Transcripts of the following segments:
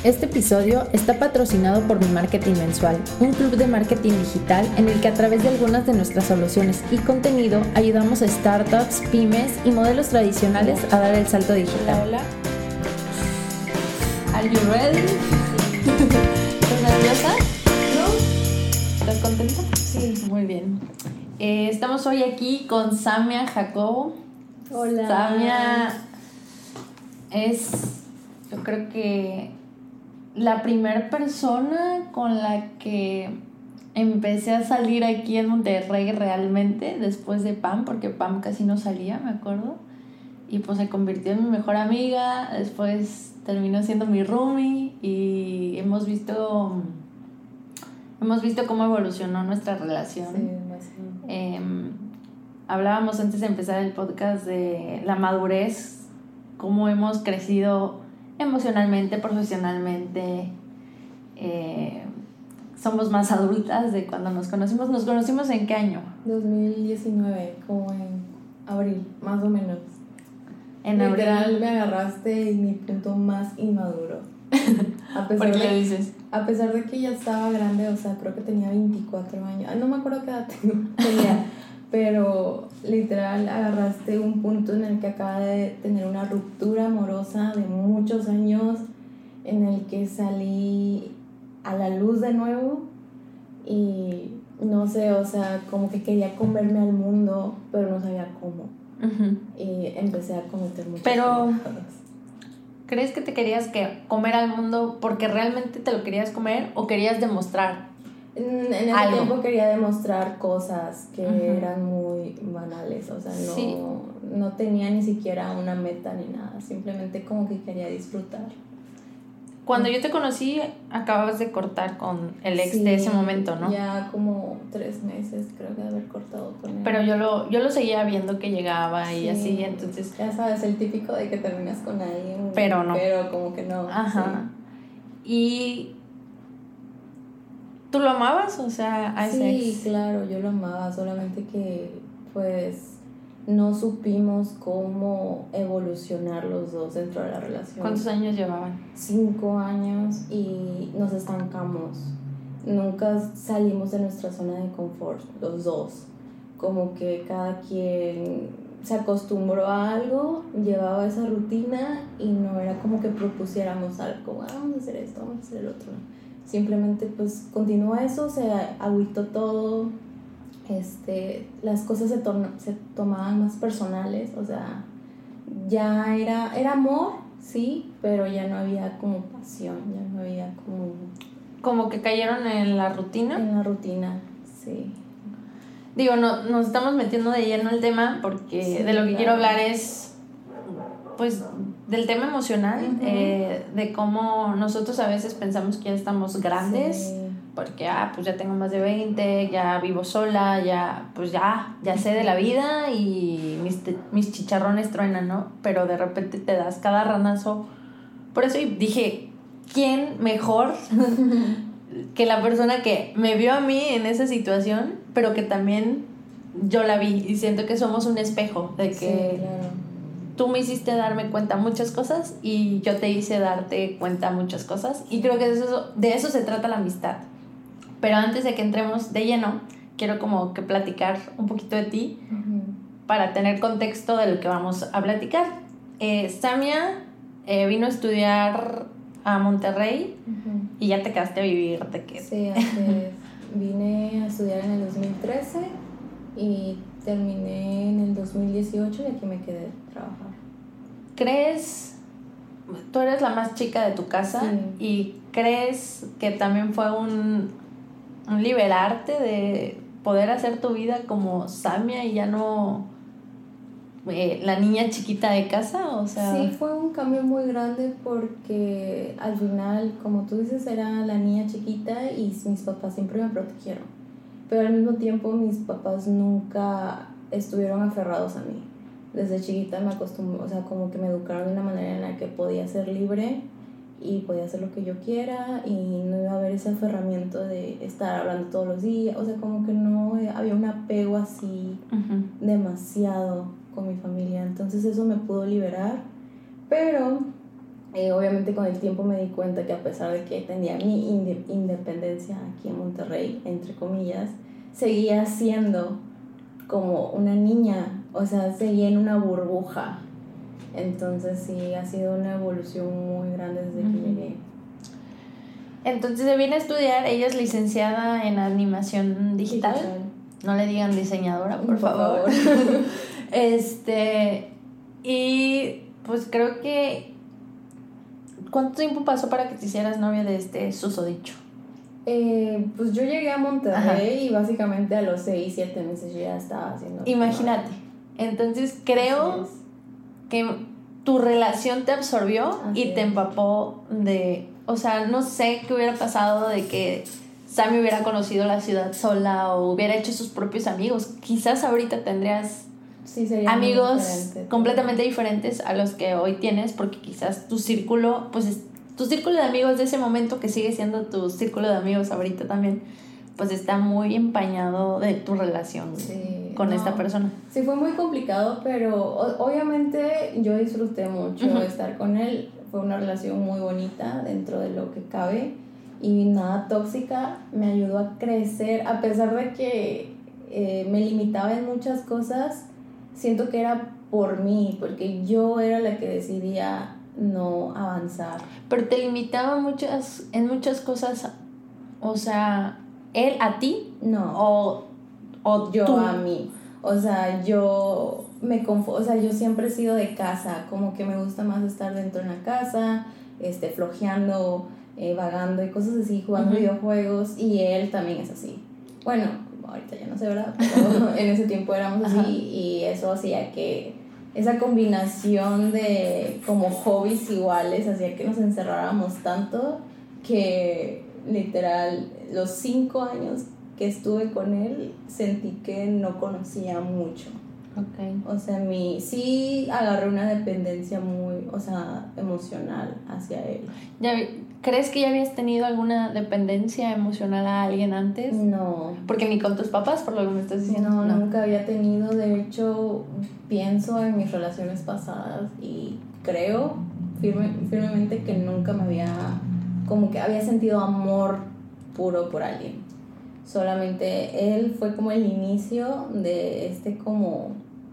Este episodio está patrocinado por Mi Marketing Mensual, un club de marketing digital en el que a través de algunas de nuestras soluciones y contenido ayudamos a startups, pymes y modelos tradicionales a dar el salto digital. Hola. Are you ready? ¿Estás nerviosa? ¿No? ¿Estás contenta? Sí. Muy bien. Estamos hoy aquí con Samia Jacobo. Hola. Samia es, yo creo que la primera persona con la que empecé a salir aquí en Monterrey realmente, después de Pam, porque Pam casi no salía, me acuerdo. Y pues se convirtió en mi mejor amiga, después terminó siendo mi roomie y hemos visto cómo evolucionó nuestra relación. Sí, Hablábamos antes de empezar el podcast de la madurez, cómo hemos crecido emocionalmente, profesionalmente. Somos más adultas de cuando nos conocimos. ¿Nos conocimos en qué año? 2019, como en abril, más o menos. En Literal, abril. me agarraste en mi punto más inmaduro. ¿Por qué le dices? A pesar de que ya estaba grande, o sea, creo que tenía 24 años. No me acuerdo qué edad tenía, pero literal agarraste un punto en el que acaba de tener una ruptura amorosa de muchos años, en el que salí a la luz de nuevo y no sé, o sea, como que quería comerme al mundo, pero no sabía cómo. Uh-huh. Y empecé a cometer muchas Pero cosas. ¿crees que te querías comer al mundo porque realmente te lo querías comer o querías demostrar? En ese algo. Tiempo quería demostrar cosas que Uh-huh. eran muy banales, o sea, Sí. no tenía ni siquiera una meta ni nada, simplemente como que quería disfrutar. Cuando yo te conocí, acababas de cortar con el ex Sí, de ese momento, ¿no? Ya como 3 meses creo que de haber cortado con él. Pero yo lo seguía viendo que llegaba y Sí, así, entonces... Ya sabes, el típico de que terminas con alguien, pero no. Pero como que no. Ajá. Sí. ¿Y tú lo amabas? O sea, a ese ex. Sí, claro, yo lo amaba, solamente que pues no supimos cómo evolucionar los dos dentro de la relación. ¿Cuántos años llevaban? 5 años y nos estancamos. Nunca salimos de nuestra zona de confort, los dos. Como que cada quien se acostumbró a algo, llevaba esa rutina y no era como que propusiéramos algo, vamos a hacer esto, vamos a hacer el otro. Simplemente pues continuó eso, se agüitó todo. Las cosas se tomaban más personales, o sea, ya era amor, sí, pero ya no había como pasión, ya no había como que cayeron en la rutina. En la rutina, sí. Digo, no, nos estamos metiendo de lleno el tema porque Sí, de lo que claro. quiero hablar es pues del tema emocional. Uh-huh. De cómo nosotros a veces pensamos que ya estamos grandes. Sí. Porque pues ya tengo más de 20, ya vivo sola, ya sé de la vida y mis chicharrones truenan, ¿no? Pero de repente te das cada ranazo. Por eso dije, ¿quién mejor que la persona que me vio a mí en esa situación, pero que también yo la vi? Y siento que somos un espejo de que Sí, claro. Tú me hiciste darme cuenta muchas cosas y yo te hice darte cuenta muchas cosas. Y creo que de eso se trata la amistad. Pero antes de que entremos de lleno, quiero como que platicar un poquito de ti. Uh-huh. Para tener contexto de lo que vamos a platicar. Samia vino a estudiar a Monterrey. Uh-huh. Y ya te quedaste a vivir. Sí, así es. Vine a estudiar en el 2013 y terminé en el 2018 y aquí me quedé a trabajar. ¿Crees? Tú eres la más chica de tu casa. Sí. ¿Y crees que también fue un liberarte de poder hacer tu vida como Samia y ya no la niña chiquita de casa? O sea, sí, fue un cambio muy grande porque al final, como tú dices, era la niña chiquita y mis papás siempre me protegieron, pero al mismo tiempo mis papás nunca estuvieron aferrados a mí. Desde chiquita me acostumbré, o sea, como que me educaron de una manera en la que podía ser libre y podía hacer lo que yo quiera y no iba a haber ese aferramiento de estar hablando todos los días, o sea, como que no había un apego así uh-huh. demasiado con mi familia, entonces eso me pudo liberar, pero Obviamente con el tiempo me di cuenta que a pesar de que tenía mi independencia aquí en Monterrey, entre comillas, seguía siendo como una niña, o sea, seguía en una burbuja. Entonces sí, ha sido una evolución muy grande desde que llegué. Entonces se viene a estudiar, ella es licenciada en animación digital. No le digan diseñadora, por favor. Y pues creo que... ¿Cuánto tiempo pasó para que te hicieras novia de este susodicho? Pues yo llegué a Monterrey y básicamente a los 6-7 meses yo ya estaba haciendo... Imagínate. Entonces creo que tu relación te absorbió y te empapó de... O sea, no sé qué hubiera pasado de que Sammy hubiera conocido la ciudad sola o hubiera hecho sus propios amigos. Quizás ahorita tendrías amigos completamente diferentes a los que hoy tienes, porque quizás tu círculo, pues tu círculo de amigos de ese momento, que sigue siendo tu círculo de amigos ahorita también, pues está muy empañado de tu relación con esta persona. Sí, fue muy complicado, pero obviamente yo disfruté mucho estar con él. Fue una relación muy bonita dentro de lo que cabe y nada tóxica. Me ayudó a crecer, a pesar de que me limitaba en muchas cosas. Siento que era por mí, porque yo era la que decidía no avanzar. Pero te limitaba en muchas cosas, o sea, ¿él a ti? No. O yo tú a mí. O sea, yo siempre he sido de casa, como que me gusta más estar dentro de la casa, flojeando, vagando y cosas así, jugando videojuegos, y él también es así. Bueno, ahorita ya no sé, ¿verdad? Pero en ese tiempo éramos así y eso hacía que esa combinación de como hobbies iguales hacía que nos encerráramos tanto que literal los 5 años que estuve con él sentí que no conocía mucho. O sea, sí agarré una dependencia muy, emocional hacia él. ¿Crees que ya habías tenido alguna dependencia emocional a alguien antes? No. Porque ni con tus papás, por lo que me estás diciendo. No, nunca había tenido. De hecho, pienso en mis relaciones pasadas y creo firmemente que nunca como que había sentido amor puro por alguien. Solamente él fue como el inicio de como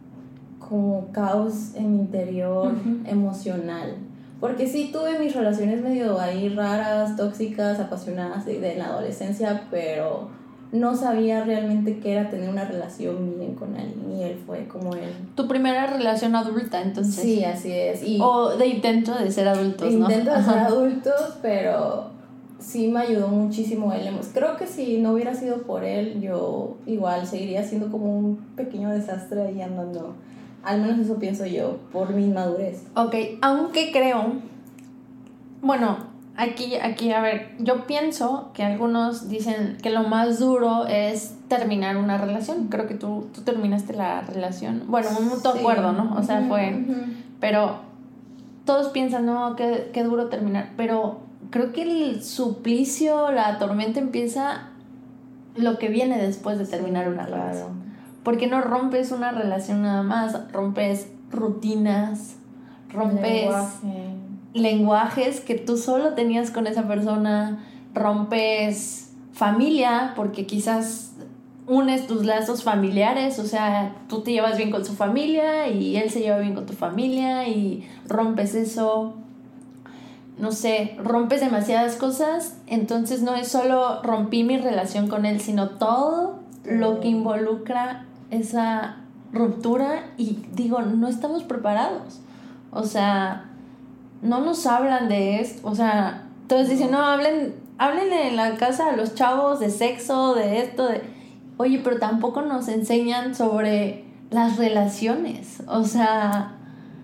caos en mi interior emocional. Porque sí tuve mis relaciones medio ahí raras, tóxicas, apasionadas de la adolescencia, pero no sabía realmente qué era tener una relación bien con alguien, y él fue como él. ¿Tu primera relación adulta, entonces? Sí, así es. O de intento de ser adultos, ¿no? Intento de ser adultos, pero sí me ayudó muchísimo él. Creo que si no hubiera sido por él, yo igual seguiría siendo como un pequeño desastre ahí andando. Al menos eso pienso yo, por mi inmadurez. Ok, aunque creo... Bueno, aquí, a ver, yo pienso que algunos dicen que lo más duro es terminar una relación. Creo que tú terminaste la relación. Bueno, un mutuo acuerdo, ¿no? O sea, fue... Pero todos piensan, no, qué duro terminar. Pero creo que el suplicio, la tormenta empieza lo que viene después de terminar una relación. Porque no rompes una relación nada más, rompes rutinas, rompes lenguajes que tú solo tenías con esa persona, rompes familia, porque quizás unes tus lazos familiares, o sea, tú te llevas bien con su familia y él se lleva bien con tu familia y rompes eso. No sé, rompes demasiadas cosas, entonces no es solo rompí mi relación con él, sino todo lo que involucra esa ruptura. Y digo, no estamos preparados, o sea, no nos hablan de esto, o sea, todos dicen, no, háblenle en la casa a los chavos de sexo, de esto, oye, pero tampoco nos enseñan sobre las relaciones, o sea,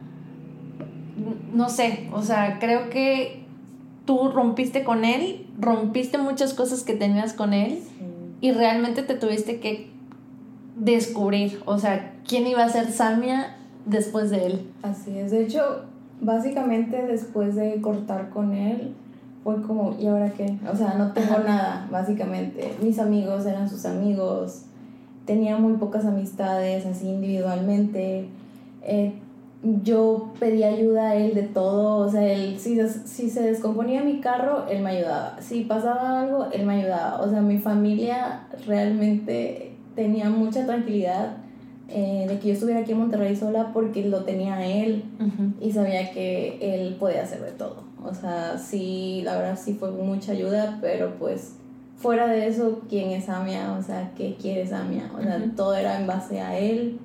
no sé, o sea, creo que tú rompiste con él, rompiste muchas cosas que tenías con él, y realmente te tuviste que descubrir, o sea, quién iba a ser Samia después de él. Así es, de hecho, básicamente después de cortar con él fue como, ¿y ahora qué? O sea, no tengo nada, básicamente. Mis amigos eran sus amigos, tenía muy pocas amistades así individualmente. yo pedía ayuda a él de todo, o sea, él, si se descomponía mi carro, él me ayudaba, si pasaba algo, él me ayudaba, o sea, mi familia realmente tenía mucha tranquilidad de que yo estuviera aquí en Monterrey sola porque lo tenía a él y sabía que él podía hacer de todo, o sea, sí, la verdad sí fue mucha ayuda, pero pues fuera de eso, ¿quién es Samia? O sea, ¿qué quiere Samia? O sea, todo era en base a él.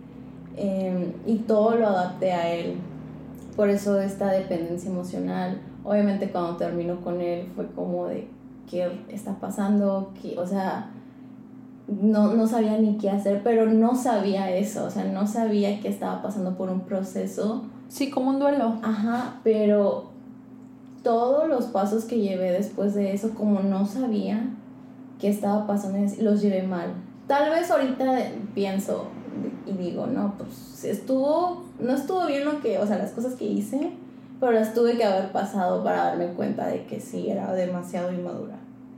Y todo lo adapté a él, por eso esta dependencia emocional. Obviamente cuando termino con él fue como de ¿qué está pasando? O sea, no sabía ni qué hacer, pero no sabía eso, o sea, no sabía que estaba pasando por un proceso. Sí, como un duelo. Ajá, pero todos los pasos que llevé después de eso, como no sabía qué estaba pasando, los llevé mal. Tal vez ahorita pienso y digo, no, pues no estuvo bien lo que, o sea, las cosas que hice, pero las tuve que haber pasado para darme cuenta de que sí, era demasiado inmadura.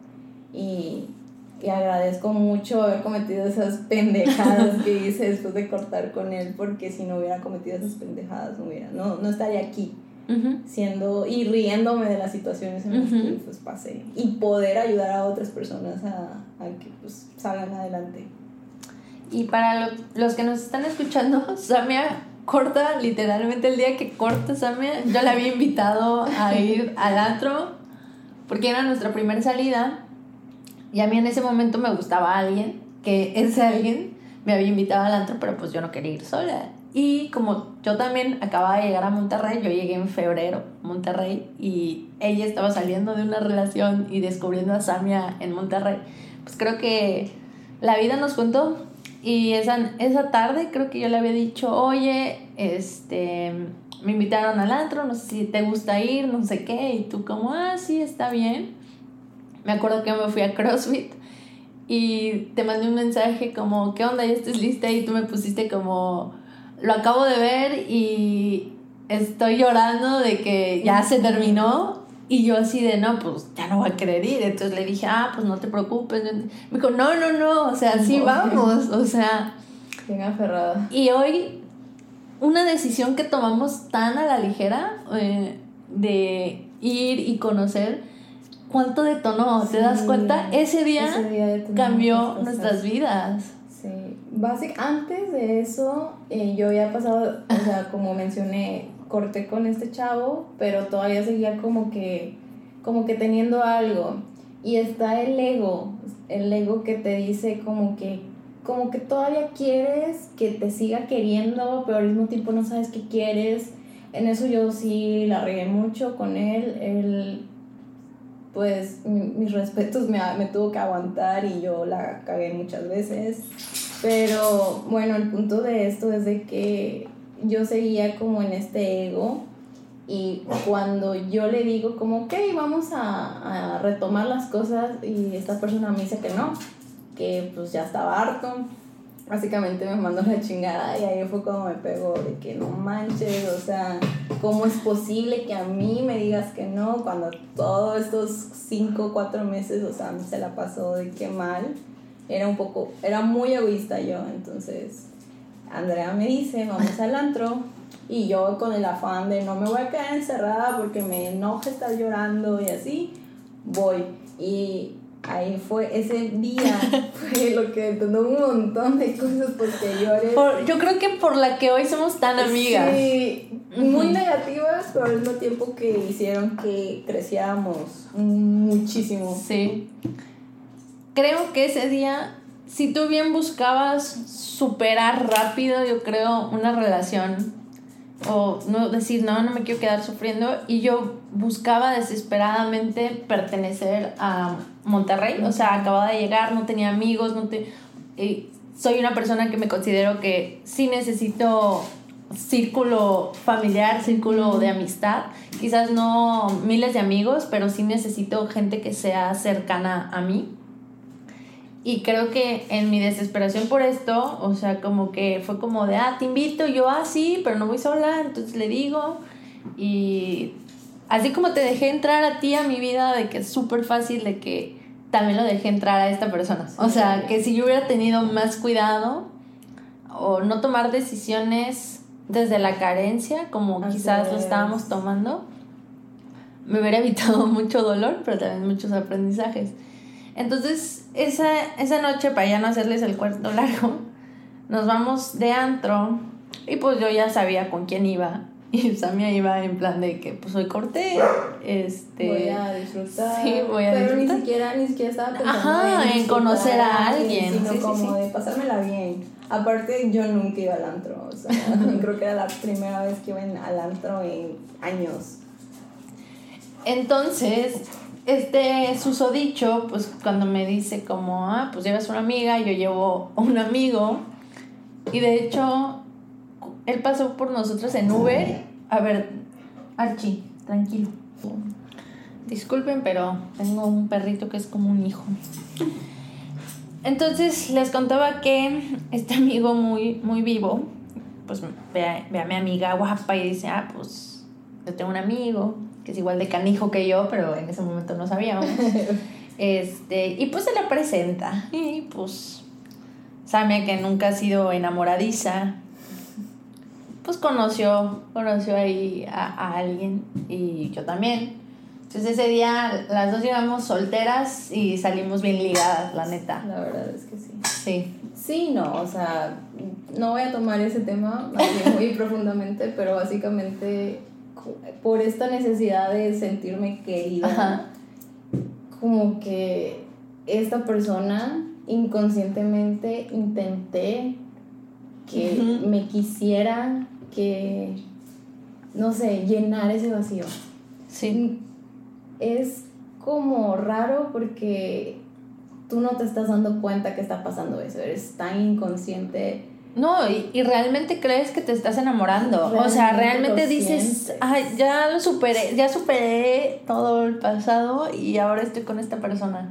Y agradezco mucho haber cometido esas pendejadas que hice después de cortar con él, porque si no hubiera cometido esas pendejadas, no estaría aquí. Siendo y riéndome de las situaciones en las que pues pasé y poder ayudar a otras personas a que pues salgan adelante. Y para los que nos están escuchando, Samia corta, literalmente el día que corta Samia, yo la había invitado a ir al antro porque era nuestra primera salida y a mí en ese momento me gustaba alguien, que ese alguien me había invitado al antro, pero pues yo no quería ir sola. Y como yo también acababa de llegar a Monterrey, yo llegué en febrero a Monterrey y ella estaba saliendo de una relación y descubriendo a Samia en Monterrey, pues creo que la vida nos juntó. Y esa tarde creo que yo le había dicho, oye, me invitaron al antro, no sé si te gusta ir, no sé qué, y tú como, sí, está bien. Me acuerdo que me fui a CrossFit y te mandé un mensaje como, ¿qué onda? ¿Ya estás lista? Y tú me pusiste como, lo acabo de ver y estoy llorando de que ya se terminó. Y yo así de, no, pues ya no voy a querer ir. Entonces le dije, pues no te preocupes. Me dijo, no, o sea, sí vamos, o sea. Bien aferrada. Y hoy, una decisión que tomamos tan a la ligera, de ir y conocer, ¿cuánto detonó? ¿Te das cuenta? Ese día cambió nuestras vidas. Sí, antes de eso, yo había pasado, o sea, como mencioné, corté con este chavo, pero todavía seguía como que teniendo algo. Y está el ego que te dice como que todavía quieres que te siga queriendo, pero al mismo tiempo no sabes qué quieres. En eso yo sí la regué mucho con él. Pues mis respetos, me tuvo que aguantar y yo la cagué muchas veces. Pero bueno, el punto de esto es de que yo seguía como en este ego, y cuando yo le digo como, ok, vamos a retomar las cosas, y esta persona me dice que no, que pues ya estaba harto, básicamente me mandó la chingada, y ahí fue cuando me pegó de que no manches, o sea, ¿cómo es posible que a mí me digas que no cuando todos estos 5 o 4 meses, o sea, se la pasó de que mal? Era muy egoísta yo. Entonces Andrea me dice, vamos al antro, y yo con el afán de no me voy a quedar encerrada porque me enoja estar llorando y así, voy. Y ahí fue, ese día fue lo que detonó un montón de cosas posteriores. Yo creo que por la que hoy somos tan amigas. Sí, muy negativas, pero al mismo tiempo que hicieron que creciéramos muchísimo. Sí. Creo que ese día, si tú bien buscabas superar rápido, yo creo, una relación, o no decir, no me quiero quedar sufriendo, y yo buscaba desesperadamente pertenecer a Monterrey, o sea, acababa de llegar, no tenía amigos, soy una persona que me considero que sí necesito círculo familiar, círculo de amistad, quizás no miles de amigos, pero sí necesito gente que sea cercana a mí. Y creo que en mi desesperación por esto, o sea, como que fue como de, te invito, y yo, sí, pero no voy sola, entonces le digo. Y así como te dejé entrar a ti a mi vida, de que es súper fácil, de que también lo dejé entrar a esta persona. O sea, que si yo hubiera tenido más cuidado o no tomar decisiones desde la carencia, como Así quizás lo es. estábamos tomando, me hubiera evitado mucho dolor, pero también muchos aprendizajes. Entonces, esa noche, para ya no hacerles el cuento largo, nos vamos de antro y pues yo ya sabía con quién iba. Y Samia iba en plan de que pues hoy corté, Voy a disfrutar. Sí, voy a pero disfrutar. ni siquiera estaba pensando Ajá, en disfrutar conocer a alguien, sino sí, como sí. de pasármela bien. Aparte, yo nunca iba al antro, o sea, creo que era la primera vez que iba al antro en años. Entonces, este susodicho, pues cuando me dice como, pues llevas una amiga, yo llevo un amigo. Y de hecho, él pasó por nosotros en Uber. A ver, Archie, tranquilo. Disculpen, pero tengo un perrito que es como un hijo. Entonces les contaba que este amigo muy, muy vivo, pues ve a mi amiga guapa y dice, pues yo tengo un amigo que es igual de canijo que yo, pero en ese momento no sabíamos. Y pues se le presenta. Y pues Samia, que nunca ha sido enamoradiza, pues conoció ahí a alguien, y yo también. Entonces ese día las dos llegamos solteras y salimos bien ligadas, la neta. La verdad es que sí. Sí. Sí, no, o sea, no voy a tomar ese tema así muy profundamente, pero básicamente por esta necesidad de sentirme querida, Ajá. como que esta persona inconscientemente intenté que me quisiera, que, no sé, llenar ese vacío. Sí. Es como raro porque tú no te estás dando cuenta que está pasando eso, eres tan inconsciente. No, y realmente crees que te estás enamorando. O sea, realmente dices, ay, ya superé todo el pasado y ahora estoy con esta persona.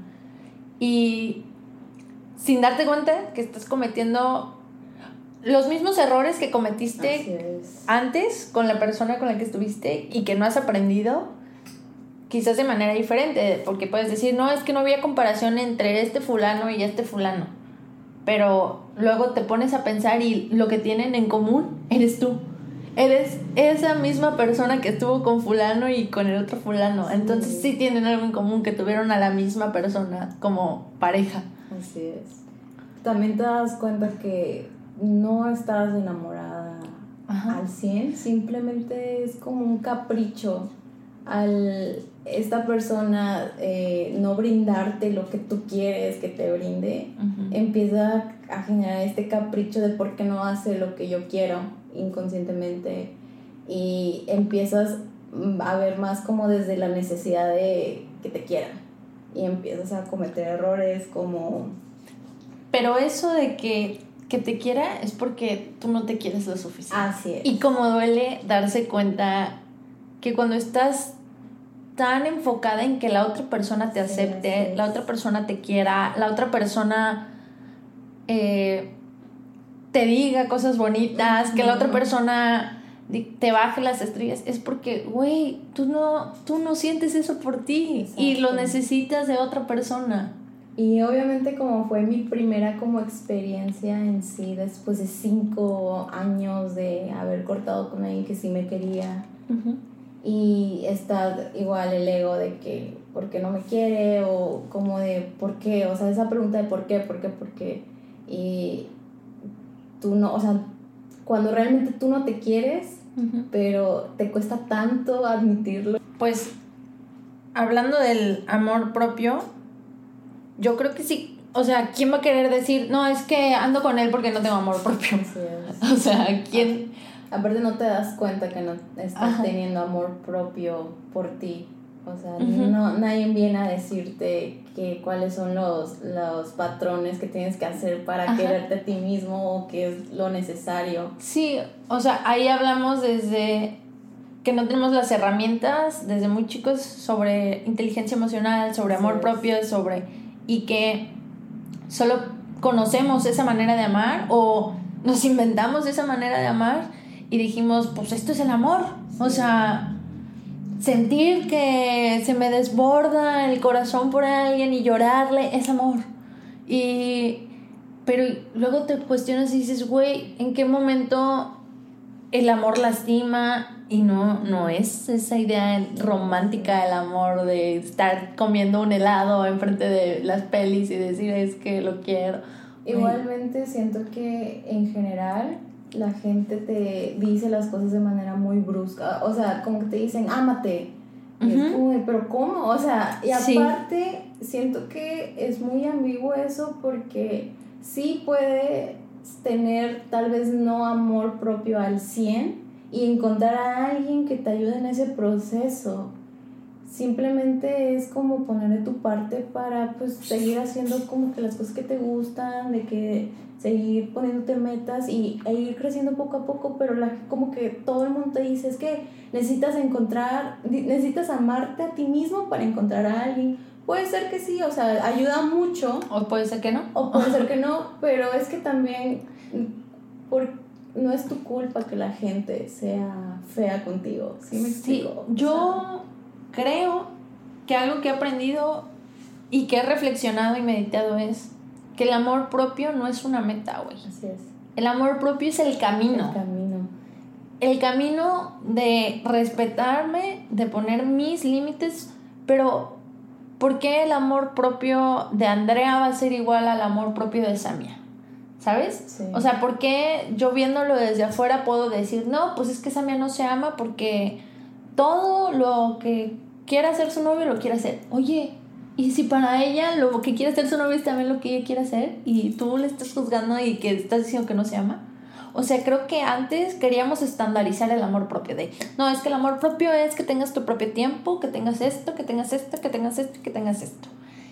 Y sin darte cuenta que estás cometiendo los mismos errores que cometiste antes con la persona con la que estuviste y que no has aprendido, quizás de manera diferente, porque puedes decir, no, es que no había comparación entre este fulano y este fulano, pero luego te pones a pensar y lo que tienen en común eres tú. Eres esa misma persona que estuvo con fulano y con el otro fulano. Entonces sí tienen algo en común, que tuvieron a la misma persona como pareja. Así es. También te das cuenta que no estás enamorada al 100, simplemente es como un capricho al esta persona no brindarte lo que tú quieres que te brinde. Empieza a generar este capricho de por qué no hace lo que yo quiero inconscientemente, y empiezas a ver más como desde la necesidad de que te quieran, y empiezas a cometer errores como... Pero eso de que te quiera es porque tú no te quieres lo suficiente. Así es. Y como duele darse cuenta que cuando estás tan enfocada en que la otra persona te acepte, la otra persona te quiera, la otra persona te diga cosas bonitas, que la otra persona te baje las estrellas, es porque, güey, tú no sientes eso por ti. Exacto. Y lo necesitas de otra persona. Y obviamente como fue mi primera como experiencia en sí, después de 5 años de haber cortado con alguien que sí me quería, y está igual el ego de que ¿por qué no me quiere? O como de ¿por qué? O sea, esa pregunta de ¿por qué? Y tú no, o sea, cuando realmente tú no te quieres, pero te cuesta tanto admitirlo. Pues hablando del amor propio, yo creo que sí. O sea, ¿quién va a querer decir, no, es que ando con él porque no tengo amor propio? O sea, ¿quién? Aparte no te das cuenta que no estás teniendo amor propio por ti. O sea, nadie viene a decirte que cuáles son los patrones que tienes que hacer para quererte a ti mismo, o qué es lo necesario. Sí, o sea, ahí hablamos desde que no tenemos las herramientas desde muy chicos sobre inteligencia emocional, sobre amor propio, y que solo conocemos esa manera de amar o nos inventamos esa manera de amar y dijimos, pues esto es el amor. O sea, sentir que se me desborda el corazón por alguien y llorarle es amor. Pero luego te cuestionas y dices, güey, ¿en qué momento el amor lastima y no es esa idea romántica del amor de estar comiendo un helado enfrente de las pelis y decir es que lo quiero. Igualmente siento que en general la gente te dice las cosas de manera muy brusca, o sea, como que te dicen ámate, y es como, pero ¿cómo? O sea, y aparte siento que es muy ambiguo eso, porque sí puede tener tal vez no amor propio al 100 y encontrar a alguien que te ayude en ese proceso. Simplemente es como poner de tu parte para pues seguir haciendo como que las cosas que te gustan, de que seguir poniéndote metas e ir creciendo poco a poco, pero como que todo el mundo te dice es que necesitas amarte a ti mismo para encontrar a alguien. Puede ser que sí, o sea, ayuda mucho. O puede ser que no. O puede ser que no, pero es que también no es tu culpa que la gente sea fea contigo. ¿Sí me explico? Yo creo que algo que he aprendido y que he reflexionado y meditado es que el amor propio no es una meta, güey. Así es. El amor propio es el camino. El camino de respetarme, de poner mis límites, pero ¿por qué el amor propio de Andrea va a ser igual al amor propio de Samia? ¿Sabes? Sí. O sea, ¿por qué yo viéndolo desde afuera puedo decir, no, pues es que Samia no se ama porque todo lo que quiera hacer su novio lo quiere hacer? Oye, ¿y si para ella lo que quiere hacer su novio es también lo que ella quiere hacer? Y tú le estás juzgando y que estás diciendo que no se ama. O sea, creo que antes queríamos estandarizar el amor propio de, no, es que el amor propio es que tengas tu propio tiempo, que tengas esto, que tengas esto, que tengas esto, que tengas esto.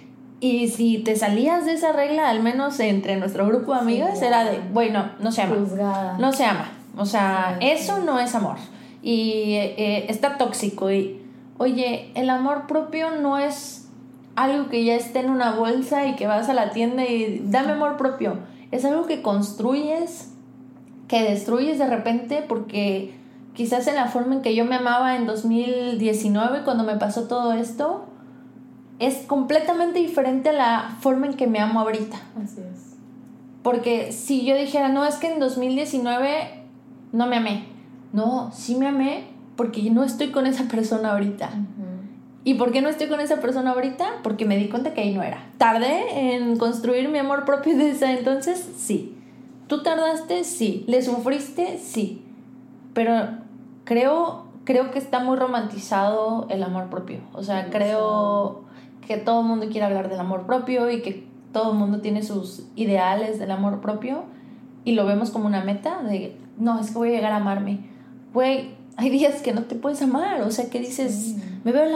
Y si te salías de esa regla, al menos entre nuestro grupo de amigas, era de, bueno, no se ama. Juzgada. No se ama. O sea, eso no es amor. Y está tóxico. Y, oye, el amor propio no es algo que ya esté en una bolsa y que vas a la tienda y dame amor propio. Es algo que construyes, que destruyes de repente, porque quizás en la forma en que yo me amaba en 2019, cuando me pasó todo esto, es completamente diferente a la forma en que me amo ahorita. Así es. Porque si yo dijera, no, es que en 2019 no me amé. No, sí me amé porque no estoy con esa persona ahorita. ¿Y por qué no estoy con esa persona ahorita? Porque me di cuenta que ahí no era. ¿Tardé en construir mi amor propio desde entonces? Sí. ¿Tú tardaste? Sí. ¿Le sufriste? Sí. Pero creo que está muy romantizado el amor propio. O sea, creo que todo el mundo quiere hablar del amor propio y que todo el mundo tiene sus ideales del amor propio y lo vemos como una meta de, no, es que voy a llegar a amarme. Güey, hay días que no te puedes amar, o sea, que dices, me veo en la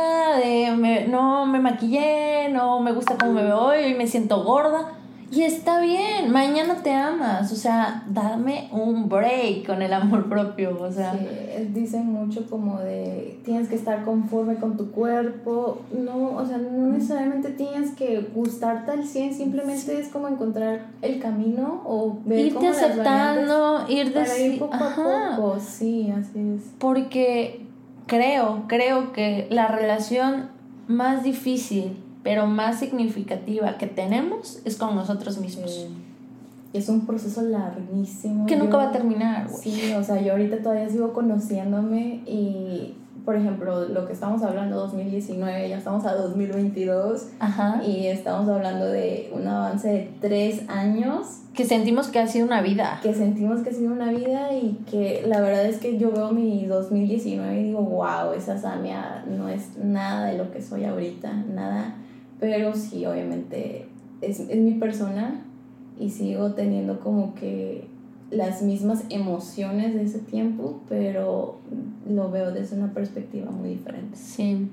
verga, no me maquillé, no me gusta cómo me veo hoy me siento gorda. Y está bien, mañana te amas, o sea, dame un break con el amor propio, o sea. Sí, dicen mucho como de tienes que estar conforme con tu cuerpo, no, o sea, no necesariamente tienes que gustarte al 100, simplemente es como encontrar el camino o ver irte como aceptando, las para ir poco a poco, sí, así es. Porque creo que la relación más difícil pero más significativa que tenemos es con nosotros mismos. Es un proceso larguísimo. Que nunca va a terminar, güey. Sí, o sea, yo ahorita todavía sigo conociéndome y, por ejemplo, lo que estamos hablando 2019, ya estamos a 2022. Ajá. Y estamos hablando de un avance de 3 años. Que sentimos que ha sido una vida. Que sentimos que ha sido una vida y que la verdad es que yo veo mi 2019 y digo, wow, esa Samia no es nada de lo que soy ahorita, nada. Pero sí, obviamente es mi persona y sigo teniendo como que las mismas emociones de ese tiempo, pero lo veo desde una perspectiva muy diferente. Sí.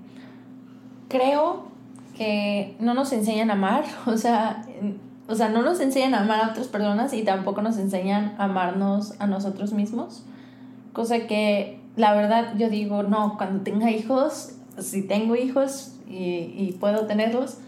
Creo que no nos enseñan a amar, o sea, no nos enseñan a amar a otras personas y tampoco nos enseñan a amarnos a nosotros mismos. Cosa que, la verdad, yo digo, no, cuando tenga hijos, si tengo hijos y puedo tenerlos,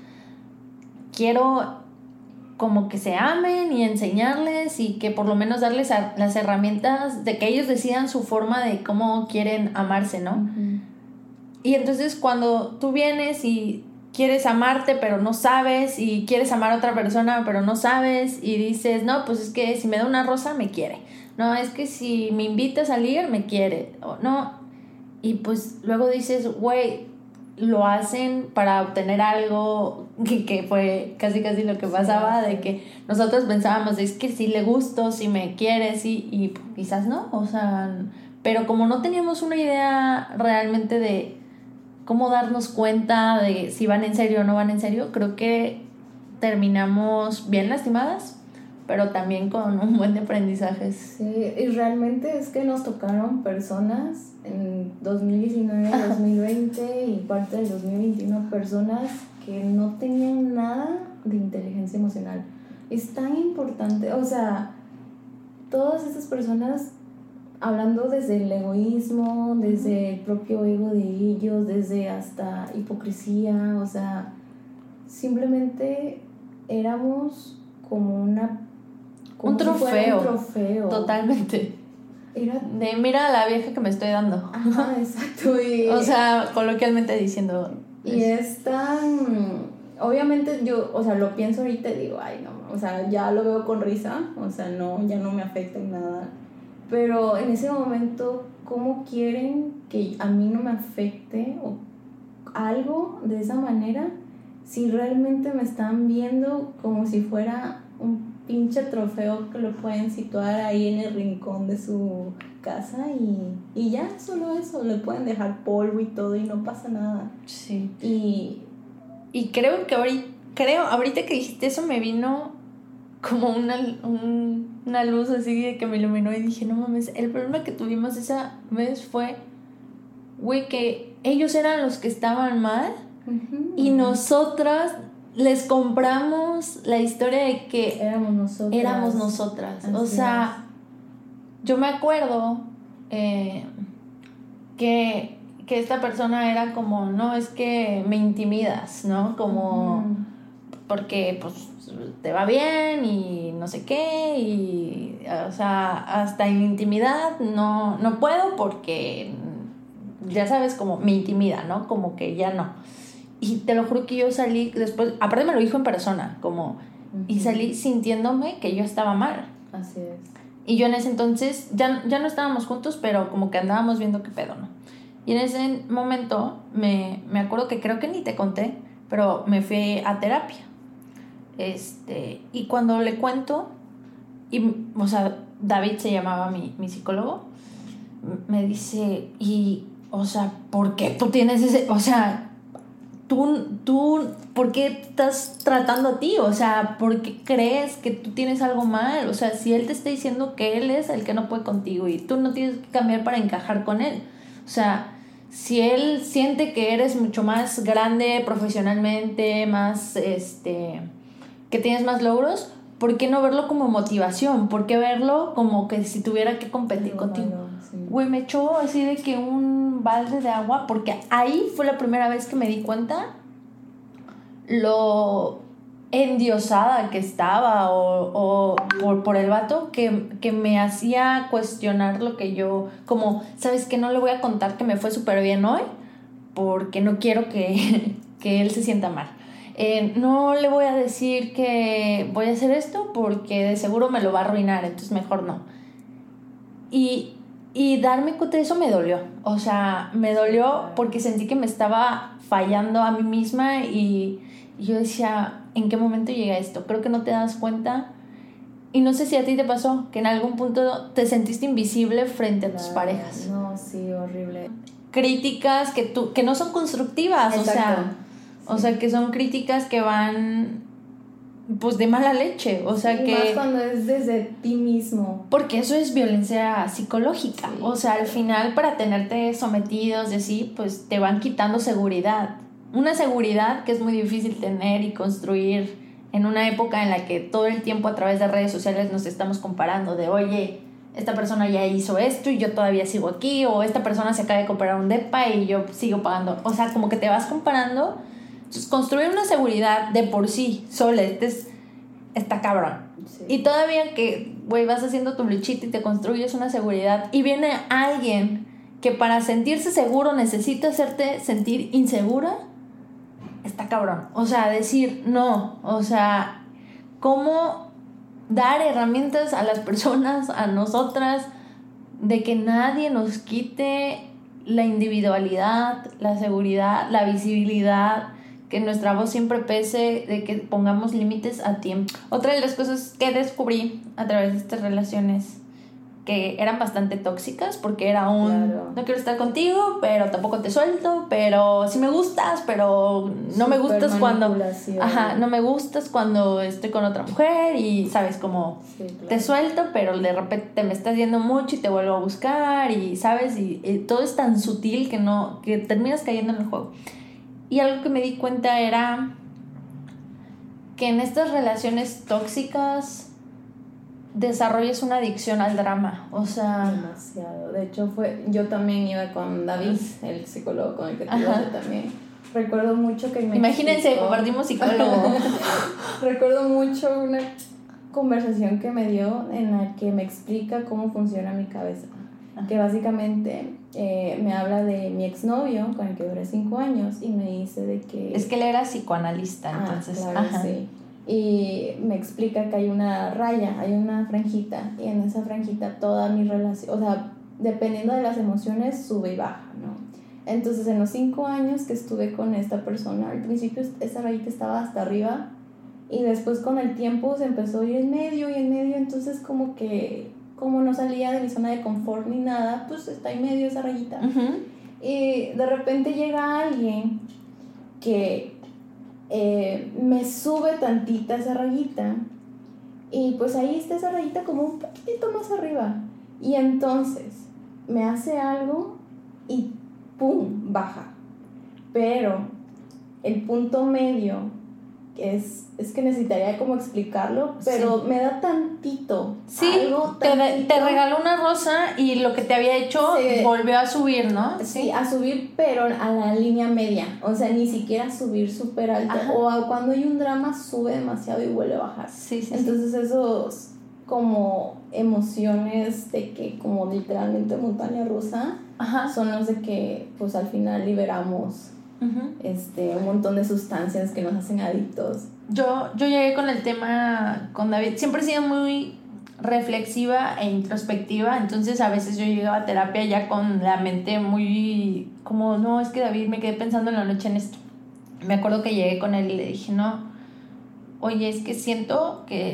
quiero como que se amen y enseñarles y que por lo menos darles las herramientas de que ellos decidan su forma de cómo quieren amarse, ¿no? Uh-huh. Y entonces cuando tú vienes y quieres amarte pero no sabes y quieres amar a otra persona pero no sabes y dices, no, pues es que si me da una rosa me quiere, no, es que si me invita a salir, me quiere, o no. Y pues luego dices, güey, lo hacen para obtener algo, que fue casi lo que pasaba, de que nosotros pensábamos, es que si le gusto, si me quiere, sí, y quizás no, o sea, pero como no teníamos una idea realmente de cómo darnos cuenta de si van en serio o no van en serio, creo que terminamos bien lastimadas, pero también con un buen de aprendizajes. Sí, y realmente es que nos tocaron personas en 2019, 2020 y parte del 2021, personas que no tenían nada de inteligencia emocional. Es tan importante, o sea, todas esas personas, hablando desde el egoísmo, desde el propio ego de ellos, desde hasta hipocresía, o sea, simplemente éramos como un trofeo. Un trofeo. Totalmente. Era de mira a la vieja que me estoy dando. Ajá, exacto. O sea, coloquialmente diciendo. Y es tan... Obviamente yo, o sea, lo pienso ahorita y digo, ay no, o sea, ya lo veo con risa, o sea, no, ya no me afecta en nada. Pero en ese momento, ¿cómo quieren que a mí no me afecte o algo de esa manera si realmente me están viendo como si fuera un pinche trofeo que lo pueden situar ahí en el rincón de su casa y ya, solo eso, le pueden dejar polvo y todo y no pasa nada? Sí. Y creo que ahorita que dijiste eso me vino como una luz así de que me iluminó y dije, no mames, el problema que tuvimos esa vez fue, güey, que ellos eran los que estaban mal. Uh-huh. Y nosotras les compramos la historia de que éramos nosotras. Así o sea, yo me acuerdo que esta persona era como, no, es que me intimidas, ¿no? Como, porque pues te va bien y no sé qué, y o sea, hasta en intimidad no puedo porque, ya sabes, como me intimida, ¿no? Como que ya no. Y te lo juro que yo salí después, aparte me lo dijo en persona, como, y salí sintiéndome que yo estaba mal. Así es. Y yo en ese entonces, ya no estábamos juntos, pero como que andábamos viendo qué pedo, ¿no? Y en ese momento, me acuerdo que creo que ni te conté, pero me fui a terapia. Y cuando le cuento, o sea, David se llamaba mi psicólogo, me dice, o sea, ¿por qué tú tienes ese, o sea... Tú, ¿por qué estás tratando a ti? O sea, ¿por qué crees que tú tienes algo mal? O sea, si él te está diciendo que él es el que no puede contigo y tú no tienes que cambiar para encajar con él. O sea, si él siente que eres mucho más grande profesionalmente, más, que tienes más logros, ¿por qué no verlo como motivación? ¿Por qué verlo como que si tuviera que competir contigo? Güey, me echó así de que un balde de agua, porque ahí fue la primera vez que me di cuenta lo endiosada que estaba o por el vato que me hacía cuestionar lo que yo, como, ¿sabes qué? No le voy a contar que me fue súper bien hoy porque no quiero que él se sienta mal. No le voy a decir que voy a hacer esto porque de seguro me lo va a arruinar, entonces mejor no. Y darme cuenta de eso me dolió. O sea, me dolió porque sentí que me estaba fallando a mí misma y yo decía, ¿en qué momento llega esto? Creo que no te das cuenta. Y no sé si a ti te pasó, que en algún punto te sentiste invisible frente a tus parejas. No, sí, horrible. Críticas que no son constructivas. Exacto. O sea, que son críticas que van... pues de mala leche, o sea, que... más cuando es desde ti mismo. Porque eso es violencia psicológica, sí. O sea, al final para tenerte sometidos y así, pues te van quitando seguridad. Una seguridad que es muy difícil tener y construir en una época en la que todo el tiempo a través de redes sociales nos estamos comparando de, oye, esta persona ya hizo esto y yo todavía sigo aquí, o esta persona se acaba de comprar un depa y yo sigo pagando. O sea, como que te vas comparando. Entonces, construir una seguridad de por sí sola está cabrón. Sí. Y todavía que, güey, vas haciendo tu luchita y te construyes una seguridad y viene alguien que para sentirse seguro necesita hacerte sentir insegura, está cabrón. O sea, decir no. O sea, ¿cómo dar herramientas a las personas, a nosotras, de que nadie nos quite la individualidad, la seguridad, la visibilidad, que nuestra voz siempre pese, de que pongamos límites a tiempo. Otra de las cosas que descubrí a través de estas relaciones que eran bastante tóxicas, porque era Claro. no quiero estar contigo, pero tampoco te suelto, pero sí me gustas, pero no me gustas cuando no me gustas cuando estoy con otra mujer y sabes como Sí, claro. te suelto, pero de repente me estás yendo mucho y te vuelvo a buscar y sabes y todo es tan sutil que terminas cayendo en el juego. Y algo que me di cuenta era que en estas relaciones tóxicas desarrollas una adicción al drama, o sea... Demasiado. De hecho, yo también iba con David, el psicólogo con el que tuve también. Recuerdo mucho que Imagínense, compartimos psicólogo. Recuerdo mucho una conversación que me dio en la que me explica cómo funciona mi cabeza. Que básicamente me habla de mi exnovio con el que duré 5 años y me dice de que... Es que él era psicoanalista, entonces... Claro, sí. Y me explica que hay una raya, hay una franjita, y en esa franjita toda mi relación, o sea, dependiendo de las emociones, sube y baja, ¿no? Entonces, en los 5 años que estuve con esta persona, al principio esa rayita estaba hasta arriba, y después con el tiempo se empezó a ir en medio, entonces como no salía de mi zona de confort ni nada, pues está en medio esa rayita. Y de repente llega alguien que me sube tantita esa rayita y pues ahí está esa rayita como un poquitito más arriba y entonces me hace algo y ¡pum! Baja. Pero el punto medio es que necesitaría como explicarlo, pero me da tantito. Sí, te regaló una rosa y lo que te había hecho volvió a subir, ¿no? Sí, a subir, pero a la línea media. O sea, ni siquiera subir súper alto. O cuando hay un drama sube demasiado y vuelve a bajar. Entonces esos como emociones de que como literalmente montaña rusa son los de que pues al final liberamos un montón de sustancias que nos hacen adictos. Yo llegué con el tema con David, siempre he sido muy reflexiva e introspectiva, entonces a veces yo llegaba a terapia ya con la mente muy como, no, es que David, me quedé pensando en la noche en esto. Me acuerdo que llegué con él y le dije, no, oye, es que siento que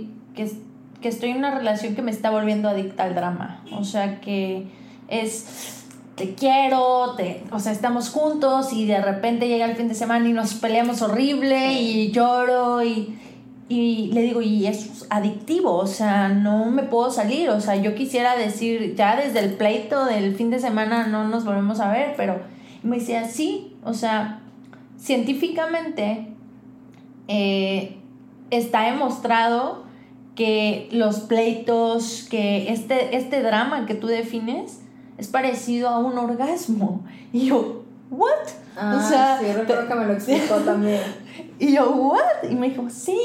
estoy en una relación que me está volviendo adicta al drama, o sea que es... te quiero, o sea, estamos juntos y de repente llega el fin de semana y nos peleamos horrible y lloro y le digo, y es adictivo, o sea, no me puedo salir, o sea, yo quisiera decir, ya desde el pleito del fin de semana no nos volvemos a ver, pero me decía, sí, o sea, científicamente está demostrado que los pleitos, que este drama que tú defines es parecido a un orgasmo. Y yo, ¿what? O sea, sí, recuerdo que me lo explicó también. Y yo, ¿what? Y me dijo, sí.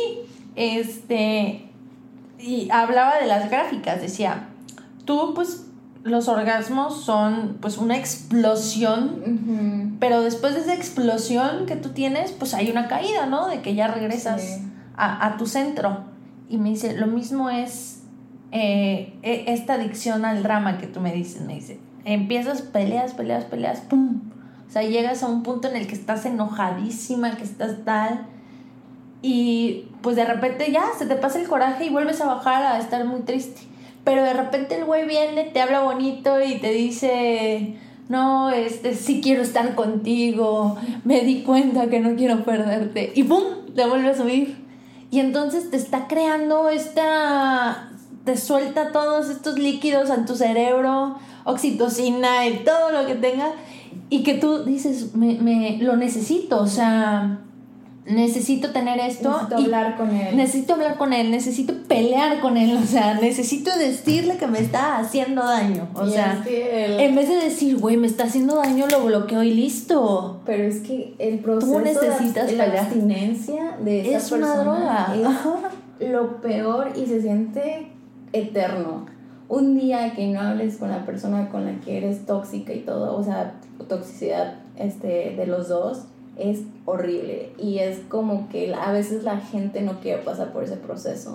Y hablaba de las gráficas, decía, tú, pues, los orgasmos son, pues, una explosión, pero después de esa explosión que tú tienes, pues, hay una caída, ¿no? De que ya regresas a tu centro. Y me dice, lo mismo es esta adicción al drama que tú me dices, empiezas, peleas, ¡pum! O sea, llegas a un punto en el que estás enojadísima, que estás tal, y pues de repente ya se te pasa el coraje y vuelves a bajar a estar muy triste, pero de repente el güey viene, te habla bonito y te dice, no, sí quiero estar contigo, me di cuenta que no quiero perderte, y ¡pum! Te vuelve a subir. Y entonces te está creando te suelta todos estos líquidos en tu cerebro, oxitocina y todo lo que tenga, y que tú dices, lo necesito, o sea, necesito tener esto. Necesito hablar con él, necesito pelear con él, o sea, necesito decirle que me está haciendo daño, o sea, en vez de decir, güey, me está haciendo daño, lo bloqueo y listo. Pero es que el proceso tú necesitas de la abstinencia de esa es persona una droga. Es lo peor y se siente eterno. Un día que no hables con la persona con la que eres tóxica y todo, o sea, toxicidad de los dos, es horrible. Y es como que a veces la gente no quiere pasar por ese proceso.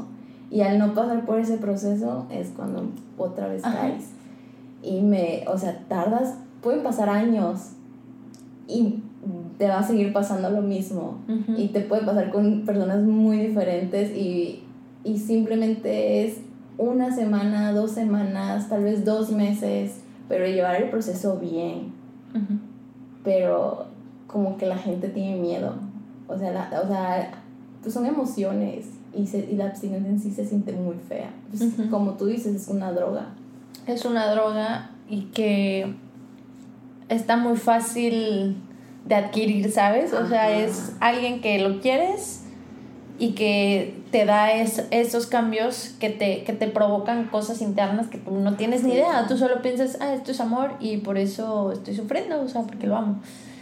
Y al no pasar por ese proceso es cuando otra vez caes. Y o sea, pueden pasar años y te va a seguir pasando lo mismo. Y te puede pasar con personas muy diferentes y simplemente es una semana, 2 semanas, tal vez 2 meses, pero llevar el proceso bien. Pero como que la gente tiene miedo. O sea, pues son emociones y la abstinencia en sí se siente muy fea. Pues, como tú dices, es una droga. Es una droga y que está muy fácil de adquirir, ¿sabes? O sea, es alguien que lo quieres y que te da esos cambios que te provocan cosas internas que tú no tienes ni idea. Tú solo piensas, esto es amor y por eso estoy sufriendo, o sea, porque lo amo.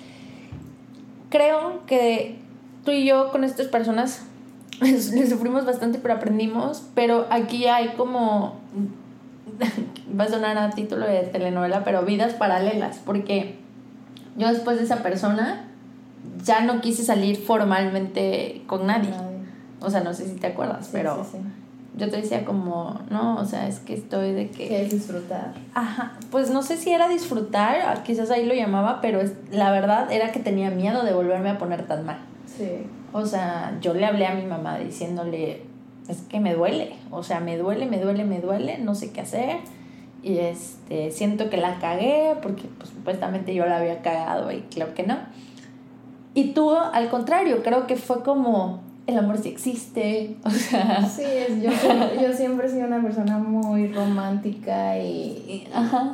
Creo que tú y yo con estas personas le sufrimos bastante, pero aprendimos. Pero aquí hay como, va a sonar a título de telenovela, pero vidas paralelas, porque yo después de esa persona ya no quise salir formalmente con nadie. O sea, no sé si te acuerdas, pero sí. Yo te decía como, no, o sea, es que estoy de que... Que es disfrutar. Pues no sé si era disfrutar, quizás ahí lo llamaba, pero la verdad era que tenía miedo de volverme a poner tan mal. Sí. O sea, yo le hablé a mi mamá diciéndole, es que me duele, o sea, me duele, no sé qué hacer. Y siento que la cagué porque pues, supuestamente yo la había cagado y claro que no. Y tú, al contrario, creo que fue como... el amor sí existe, o sea... Sí, yo siempre he sido una persona muy romántica y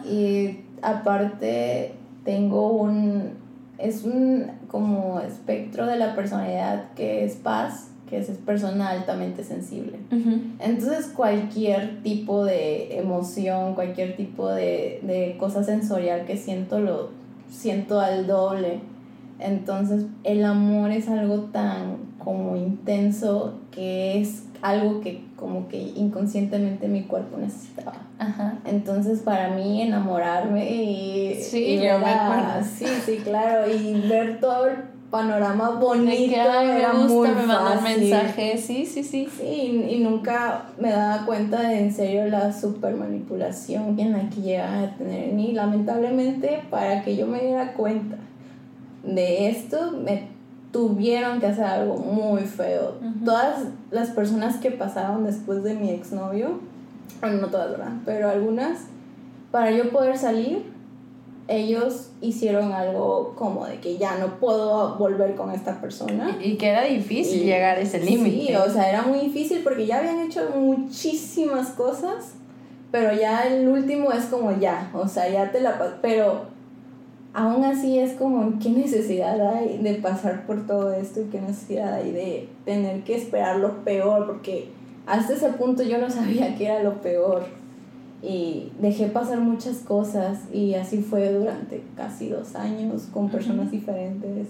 aparte tengo es un como espectro de la personalidad que es paz, que es persona altamente sensible. Entonces cualquier tipo de emoción, cualquier tipo de cosa sensorial que siento, lo siento al doble. Entonces el amor es algo tan como intenso que es algo que como que inconscientemente mi cuerpo necesitaba. Entonces para mí enamorarme sí, yo me acuerdo. Sí, claro, y ver todo el panorama bonito era me gusta, muy me mandó un fácil. mensaje, sí. Sí, y nunca me daba cuenta de en serio la super manipulación en la que llegaba a tener, ni lamentablemente para que yo me diera cuenta de esto me tuvieron que hacer algo muy feo. Todas las personas que pasaron después de mi exnovio, bueno, no todas, ¿verdad? Pero algunas, para yo poder salir, ellos hicieron algo como de que ya no puedo volver con esta persona. Y que era difícil llegar a ese límite. Sí, o sea, era muy difícil porque ya habían hecho muchísimas cosas, pero ya el último es como ya, o sea, ya te la... Pero aún así es como, ¿qué necesidad hay de pasar por todo esto? ¿Y qué necesidad hay de tener que esperar lo peor? Porque hasta ese punto yo no sabía qué era lo peor. Y dejé pasar muchas cosas y así fue durante casi 2 años con personas diferentes.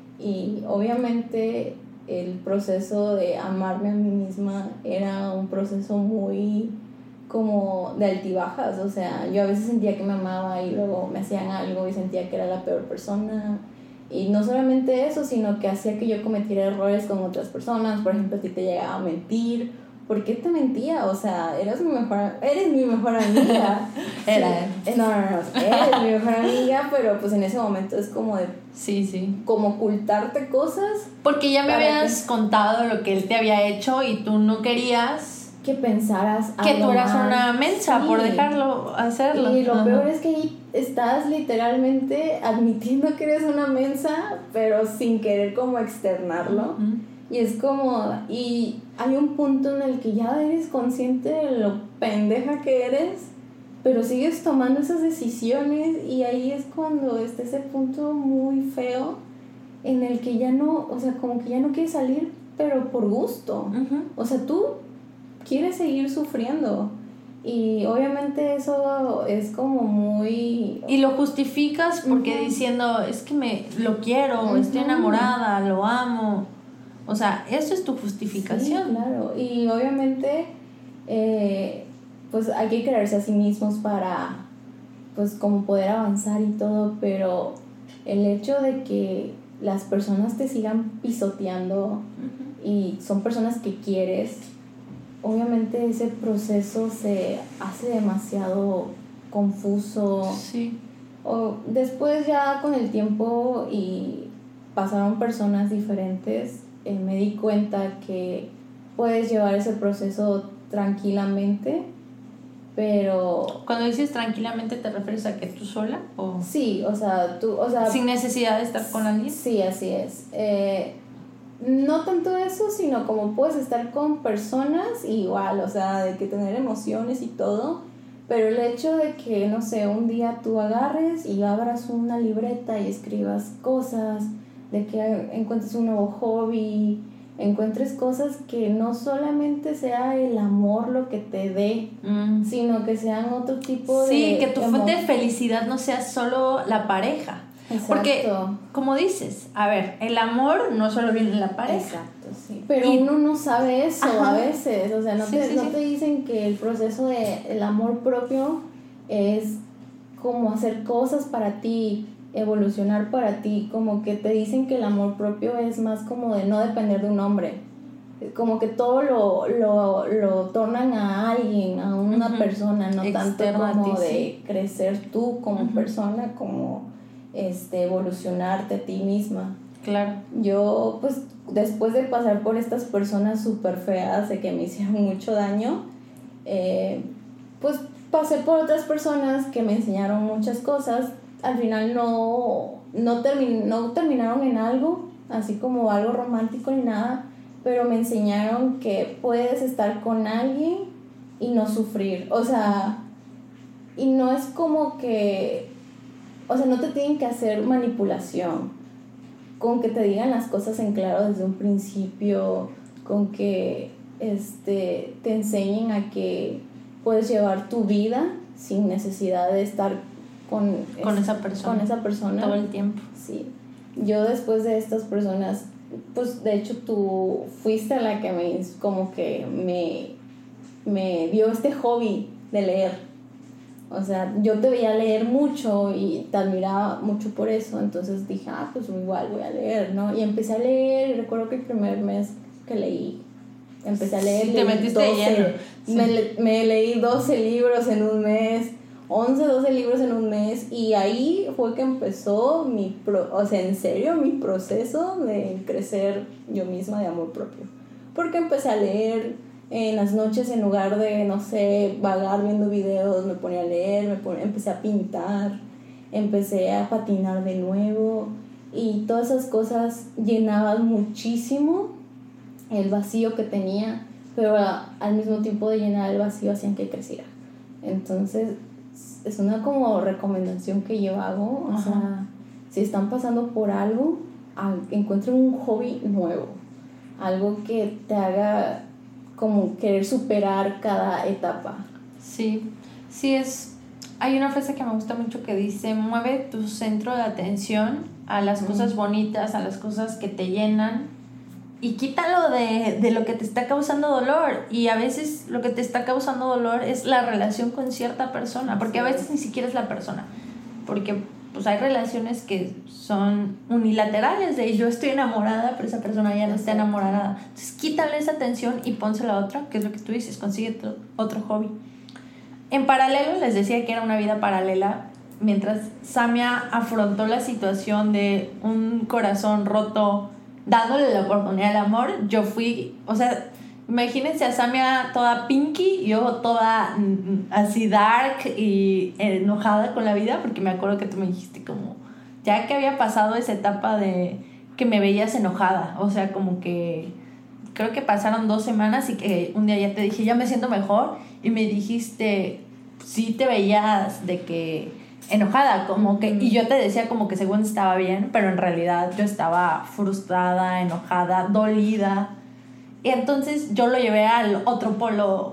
Y obviamente el proceso de amarme a mí misma era un proceso muy... como de altibajas, o sea, yo a veces sentía que me amaba y luego me hacían algo y sentía que era la peor persona, y no solamente eso, sino que hacía que yo cometiera errores con otras personas. Por ejemplo, a ti te llegaba a mentir. ¿Por qué te mentía? O sea, eres mi mejor amiga. Era. Sí. No, eres mi mejor amiga, pero pues en ese momento es como de... Sí. Como ocultarte cosas. Porque ya me habías contado lo que él te había hecho y tú no querías... que pensaras que tú eras una mensa por dejarlo hacerlo. Y lo peor es que ahí estás literalmente admitiendo que eres una mensa, pero sin querer como externarlo. Y es como, y hay un punto en el que ya eres consciente de lo pendeja que eres, pero sigues tomando esas decisiones, y ahí es cuando está ese punto muy feo en el que ya no, o sea, como que ya no quieres salir, pero por gusto. O sea, tú quieres seguir sufriendo, y obviamente eso es como muy... Y lo justificas porque diciendo, es que lo quiero, estoy enamorada, lo amo. O sea, eso es tu justificación. Sí, claro. Y obviamente pues hay que creerse a sí mismos para pues como poder avanzar y todo, pero el hecho de que las personas te sigan pisoteando y son personas que quieres, obviamente ese proceso se hace demasiado confuso. Sí. O después ya con el tiempo y pasaron personas diferentes, me di cuenta que puedes llevar ese proceso tranquilamente, pero... Cuando dices tranquilamente, ¿te refieres a que tú sola? ¿O Sí, o sea, sin necesidad de estar con alguien? Sí, así es. No tanto eso, sino como puedes estar con personas igual, o sea, de que tener emociones y todo, pero el hecho de que, no sé, un día tú agarres y abras una libreta y escribas cosas, de que encuentres un nuevo hobby, encuentres cosas que no solamente sea el amor lo que te dé, sino que sean otro tipo de... Sí, que tu fuente de felicidad no sea solo la pareja. Exacto. Porque, como dices, a ver, el amor no solo viene en la pareja. Exacto, sí. Pero uno no sabe eso. Ajá. A veces, o sea, no te dicen que el proceso del amor propio es como hacer cosas para ti, evolucionar para ti, como que te dicen que el amor propio es más como de no depender de un hombre, como que todo lo tornan a alguien, a una persona, no externo tanto como a ti, de crecer tú como persona, como evolucionarte a ti misma. Claro. Yo, pues, después de pasar por estas personas súper feas, de que me hicieron mucho daño, pues pasé por otras personas que me enseñaron muchas cosas. Al final no terminaron en algo, así como algo romántico ni nada, pero me enseñaron que puedes estar con alguien y no sufrir. O sea, y no es como que... O sea, no te tienen que hacer manipulación. Con que te digan las cosas en claro desde un principio, con que te enseñen a que puedes llevar tu vida sin necesidad de estar con esa persona todo el tiempo. Sí. Yo después de estas personas, pues de hecho tú fuiste la que me dio este hobby de leer. O sea, yo te veía leer mucho y te admiraba mucho por eso, entonces dije, pues igual voy a leer, ¿no? Y empecé a leer, y recuerdo que el primer mes que leí, empecé a leer, sí, te metiste 12, lleno. Sí. Me leí 12 libros en un mes, 12 libros en un mes, y ahí fue que empezó en serio, mi proceso de crecer yo misma de amor propio, porque empecé a leer. En las noches, en lugar de, no sé, vagar viendo videos, me ponía a leer, empecé a pintar, empecé a patinar de nuevo, y todas esas cosas llenaban muchísimo el vacío que tenía, pero al mismo tiempo de llenar el vacío hacían que creciera. Entonces es una como recomendación que yo hago. O sea, si están pasando por algo, encuentren un hobby nuevo, algo que te haga como querer superar cada etapa. Sí, hay una frase que me gusta mucho que dice: mueve tu centro de atención a las cosas bonitas, a las cosas que te llenan, y quítalo de lo que te está causando dolor. Y a veces lo que te está causando dolor es la relación con cierta persona, porque a veces ni siquiera es la persona, porque pues hay relaciones que son unilaterales, de yo estoy enamorada, pero esa persona ya no está enamorada. Entonces quítale esa atención y pónsela a otra, que es lo que tú dices, consigue otro hobby. En paralelo, les decía que era una vida paralela. Mientras Samia afrontó la situación de un corazón roto, dándole la oportunidad al amor, yo fui, o sea, imagínense a Samia toda pinky y yo toda así dark y enojada con la vida, porque me acuerdo que tú me dijiste como, ya que había pasado esa etapa de que me veías enojada, o sea, como que creo que pasaron 2 semanas y que un día ya te dije, ya me siento mejor, y me dijiste, sí te veías de que enojada, como que, y yo te decía como que según estaba bien, pero en realidad yo estaba frustrada, enojada, dolida. Y entonces yo lo llevé al otro polo,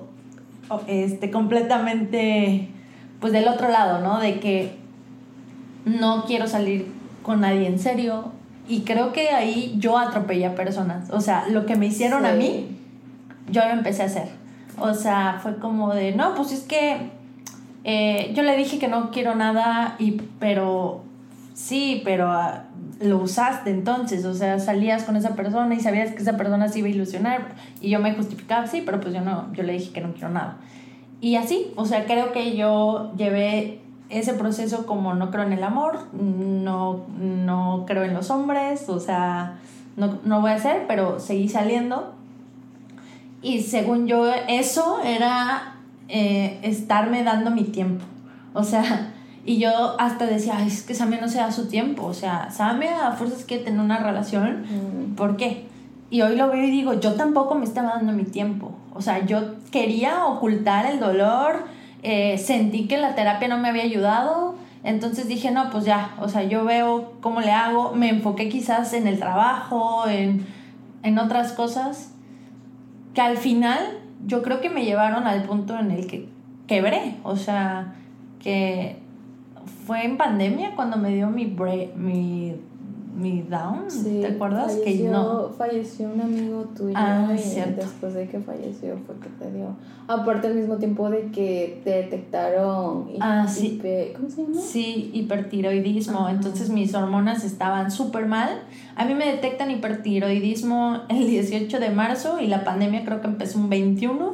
completamente, pues del otro lado, ¿no? De que no quiero salir con nadie en serio. Y creo que ahí yo atropellé a personas. O sea, lo que me hicieron a mí, yo lo empecé a hacer. O sea, fue como de, no, pues es que yo le dije que no quiero nada, pero lo usaste entonces, o sea, salías con esa persona y sabías que esa persona se iba a ilusionar y yo me justificaba, sí, pero pues yo le dije que no quiero nada. Y así, o sea, creo que yo llevé ese proceso como no creo en el amor, no creo en los hombres, o sea, no voy a hacer, pero seguí saliendo. Y según yo, eso era estarme dando mi tiempo. O sea, y yo hasta decía, ay, es que Samia no se da su tiempo. O sea, Samia a fuerzas quiere tener una relación. ¿Por qué? Y hoy lo veo y digo, yo tampoco me estaba dando mi tiempo. O sea, yo quería ocultar el dolor, sentí que la terapia no me había ayudado. Entonces dije, no, pues ya, o sea, yo veo cómo le hago. Me enfoqué quizás en el trabajo, en otras cosas que al final yo creo que me llevaron al punto en el que quebré. O sea, que fue en pandemia cuando me dio mi down, sí, ¿te acuerdas? Falleció un amigo tuyo y cierto. Después de que falleció fue que te dio. Aparte al mismo tiempo de que te detectaron sí. ¿cómo se llama? Sí, hipertiroidismo. Entonces mis hormonas estaban súper mal. A mí me detectan hipertiroidismo el 18 de marzo y la pandemia creo que empezó un 21.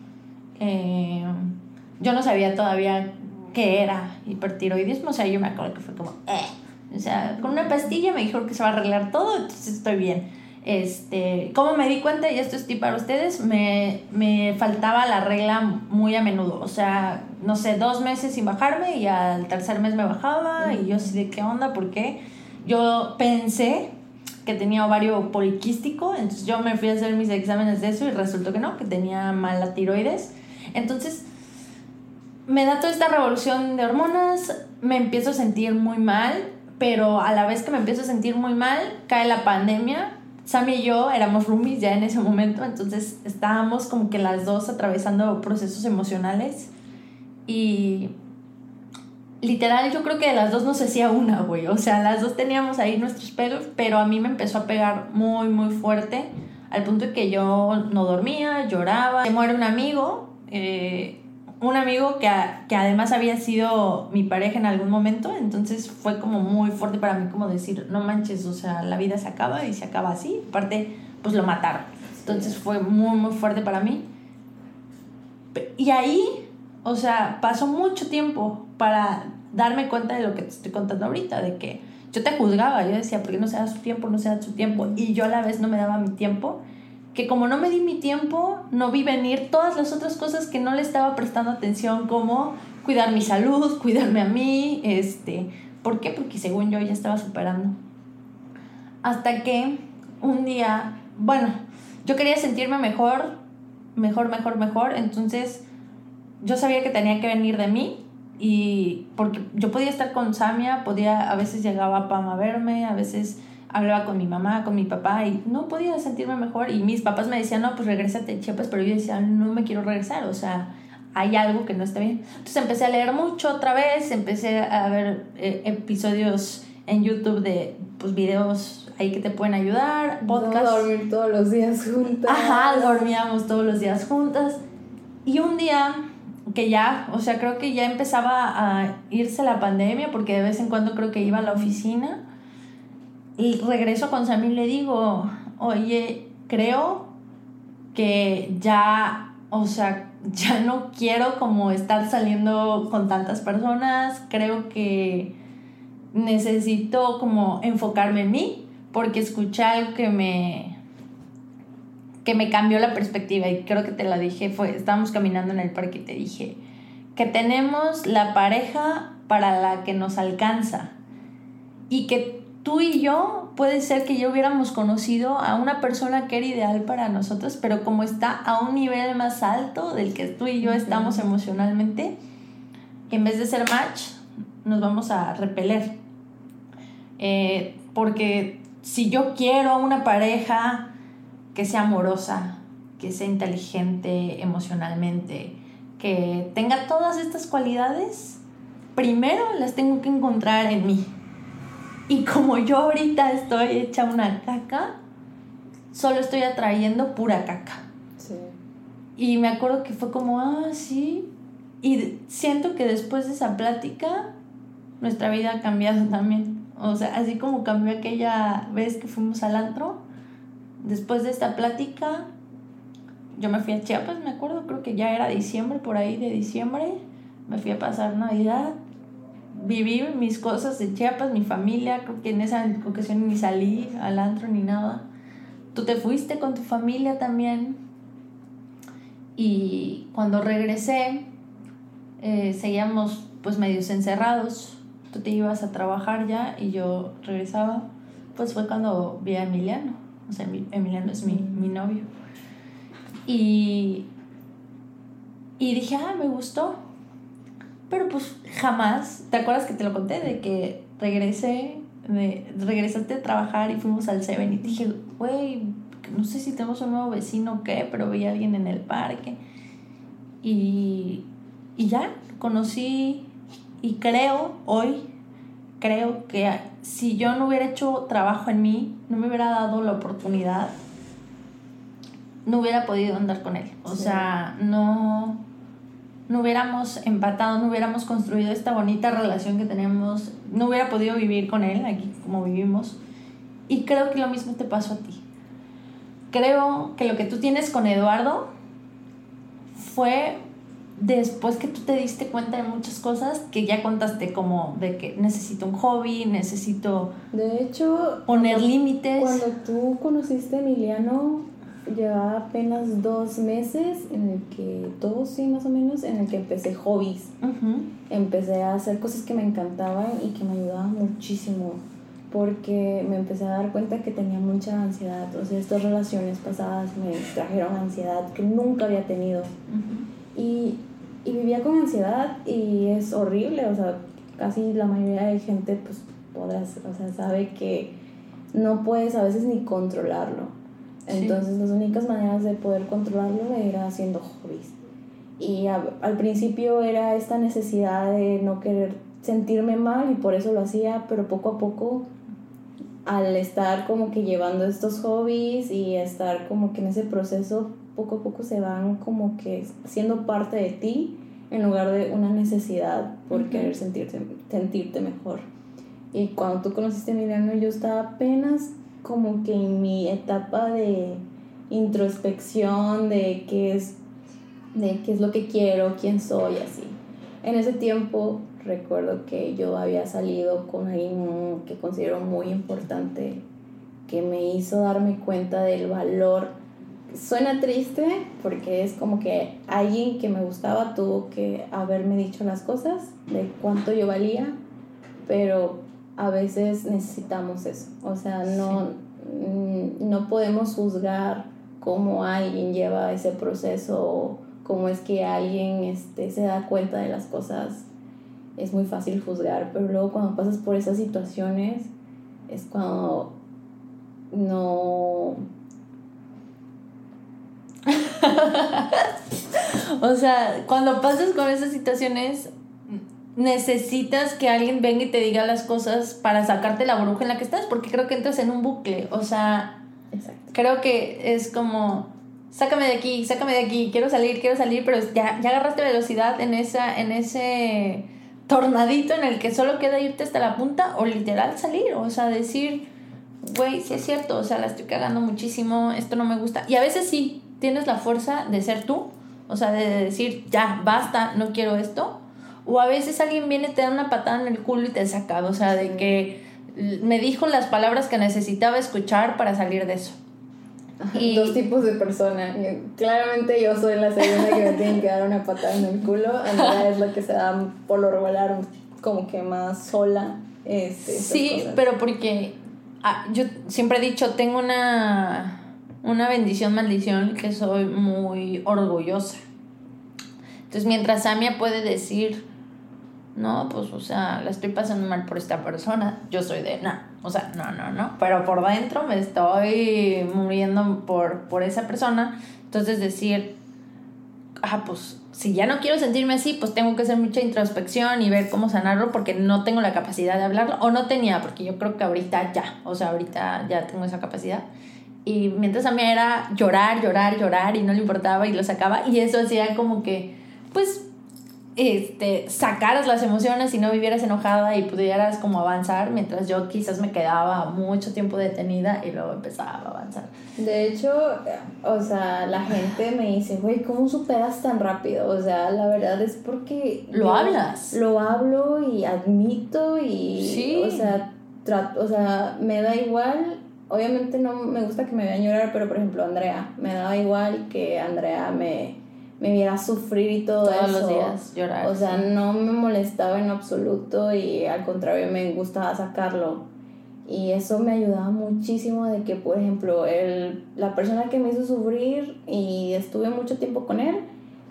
Yo no sabía todavía qué era hipertiroidismo, o sea, yo me acuerdo que fue como, o sea, con una pastilla me dijeron que se va a arreglar todo, entonces estoy bien. ¿Cómo me di cuenta? Y esto es tip para ustedes, me faltaba la regla muy a menudo, o sea, no sé, 2 meses sin bajarme y al tercer mes me bajaba y yo así de qué onda, ¿por qué? Yo pensé que tenía ovario poliquístico, entonces yo me fui a hacer mis exámenes de eso y resultó que no, que tenía mala tiroides. Entonces me da toda esta revolución de hormonas, me empiezo a sentir muy mal, pero a la vez que me empiezo a sentir muy mal, cae la pandemia. Sammy y yo éramos roomies ya en ese momento, entonces estábamos como que las dos atravesando procesos emocionales y literal yo creo que de las dos nos hacía una, güey, o sea, las dos teníamos ahí nuestros pelos, pero a mí me empezó a pegar muy, muy fuerte, al punto de que yo no dormía, lloraba. Se muere un amigo que además había sido mi pareja en algún momento, entonces fue como muy fuerte para mí como decir, no manches, o sea, la vida se acaba y se acaba así, aparte pues lo mataron, entonces fue muy muy fuerte para mí. Y ahí, o sea, pasó mucho tiempo para darme cuenta de lo que te estoy contando ahorita, de que yo te juzgaba, yo decía, ¿por qué no se da su tiempo? No se da su tiempo, y yo a la vez no me daba mi tiempo, que como no me di mi tiempo, no vi venir todas las otras cosas que no le estaba prestando atención, como cuidar mi salud, cuidarme a mí, ¿por qué? Porque según yo ya estaba superando. Hasta que un día, bueno, yo quería sentirme mejor, entonces yo sabía que tenía que venir de mí, y porque yo podía estar con Samia, a veces llegaba Pam a verme, a veces hablaba con mi mamá, con mi papá y no podía sentirme mejor, y mis papás me decían, no, pues regrésate a Chiapas, pero yo decía, no me quiero regresar, o sea, hay algo que no está bien. Entonces empecé a leer mucho otra vez, empecé a ver episodios en YouTube de pues videos ahí que te pueden ayudar, podcasts. No dormir todos los días juntas. Ajá, dormíamos todos los días juntas. Y un día que ya, o sea, creo que ya empezaba a irse la pandemia, porque de vez en cuando creo que iba a la oficina, y regreso con Sammy y le digo, oye, creo que ya, o sea, ya no quiero como estar saliendo con tantas personas, creo que necesito como enfocarme en mí, porque escuché algo que me cambió la perspectiva, y creo que te la dije, estábamos caminando en el parque y te dije que tenemos la pareja para la que nos alcanza, y que tú y yo puede ser que ya hubiéramos conocido a una persona que era ideal para nosotros, pero como está a un nivel más alto del que tú y yo estamos emocionalmente, en vez de ser match, nos vamos a repeler. Porque si yo quiero a una pareja que sea amorosa, que sea inteligente emocionalmente, que tenga todas estas cualidades, primero las tengo que encontrar en mí. Y como yo ahorita estoy hecha una caca, solo estoy atrayendo pura caca. Sí. Y me acuerdo que fue como, sí. Y siento que después de esa plática, nuestra vida ha cambiado también. O sea, así como cambió aquella vez que fuimos al antro. Después de esta plática, yo me fui a Chiapas, me acuerdo, creo que ya era diciembre, por ahí de diciembre. Me fui a pasar Navidad. Viví mis cosas de Chiapas, mi familia. Creo que en esa ocasión ni salí al antro ni nada. Tú te fuiste con tu familia también. Y cuando regresé, seguíamos pues medios encerrados. Tú te ibas a trabajar ya y yo regresaba. Pues fue cuando vi a Emiliano. O sea, Emiliano es mi novio. Y dije, me gustó. Pero pues jamás, ¿te acuerdas que te lo conté? De que regresaste a trabajar y fuimos al Seven y te dije, güey, no sé si tenemos un nuevo vecino o qué, pero vi a alguien en el parque. Y ya, conocí y creo que si yo no hubiera hecho trabajo en mí, no me hubiera dado la oportunidad, no hubiera podido andar con él. O sea, no hubiéramos empatado, no hubiéramos construido esta bonita relación que tenemos, no hubiera podido vivir con él aquí como vivimos. Y creo que lo mismo te pasó a ti. Creo que lo que tú tienes con Eduardo fue después que tú te diste cuenta de muchas cosas que ya contaste, como de que necesito un hobby, necesito de hecho poner límites. Cuando tú conociste a Emiliano, llevaba apenas 2 meses en el que, 2 sí más o menos, en el que empecé hobbies. Empecé a hacer cosas que me encantaban y que me ayudaban muchísimo, porque me empecé a dar cuenta que tenía mucha ansiedad. O sea, estas relaciones pasadas me trajeron ansiedad que nunca había tenido. Y vivía con ansiedad y es horrible. O sea, casi la mayoría de gente pues sabe que no puedes a veces ni controlarlo. Entonces las únicas maneras de poder controlarlo era haciendo hobbies. Y al principio era esta necesidad de no querer sentirme mal y por eso lo hacía, pero poco a poco, al estar como que llevando estos hobbies y estar como que en ese proceso, poco a poco se van como que siendo parte de ti en lugar de una necesidad por querer sentirte mejor. Y cuando tú conociste a Emiliano, yo estaba apenas como que en mi etapa de introspección de qué es lo que quiero, quién soy, así. En ese tiempo recuerdo que yo había salido con alguien que considero muy importante, que me hizo darme cuenta del valor. Suena triste porque es como que alguien que me gustaba tuvo que haberme dicho las cosas de cuánto yo valía, pero a veces necesitamos eso. O sea, no podemos juzgar cómo alguien lleva ese proceso o cómo es que alguien se da cuenta de las cosas. Es muy fácil juzgar, pero luego cuando pasas por esas situaciones es cuando no... O sea, cuando pasas con esas situaciones necesitas que alguien venga y te diga las cosas para sacarte la burbuja en la que estás, porque creo que entras en un bucle. O sea, exacto. Creo que es como sácame de aquí, quiero salir, pero ya agarraste velocidad en ese tornadito en el que solo queda irte hasta la punta o literal salir. O sea, decir, güey, sí es cierto, o sea, la estoy cagando muchísimo, esto no me gusta. Y a veces sí tienes la fuerza de ser tú, o sea, de decir, ya, basta, no quiero esto. O a veces alguien viene, te da una patada en el culo y te saca, o sea, de que me dijo las palabras que necesitaba escuchar para salir de eso. Y 2 tipos de personas. Claramente yo soy la segunda que me tienen que dar una patada en el culo. Andrea es la que se da por lo regular como que más sola. Sí, cosas. Pero porque yo siempre he dicho, tengo una bendición, maldición, que soy muy orgullosa. Entonces mientras Samia puede decir, no, pues, o sea, la estoy pasando mal por esta persona, yo soy de, no, pero por dentro me estoy muriendo por esa persona. Entonces decir, pues, si ya no quiero sentirme así, pues tengo que hacer mucha introspección y ver cómo sanarlo, porque no tengo la capacidad de hablarlo, o no tenía, porque yo creo que ahorita ya tengo esa capacidad. Y mientras a mí era llorar y no le importaba y lo sacaba, y eso hacía como que, pues, sacaras las emociones y no vivieras enojada y pudieras como avanzar, mientras yo quizás me quedaba mucho tiempo detenida y luego empezaba a avanzar. De hecho, o sea, la gente me dice, güey, ¿cómo superas tan rápido? O sea, la verdad es porque... Lo hablas. Lo hablo y admito y... Sí. O sea, me da igual... Obviamente no me gusta que me vean llorar, pero por ejemplo, Andrea, me daba igual que Andrea me viera sufrir y todo eso. Todos los días llorar. O sea, no me molestaba en absoluto y al contrario me gustaba sacarlo. Y eso me ayudaba muchísimo de que, por ejemplo, la persona que me hizo sufrir y estuve mucho tiempo con él,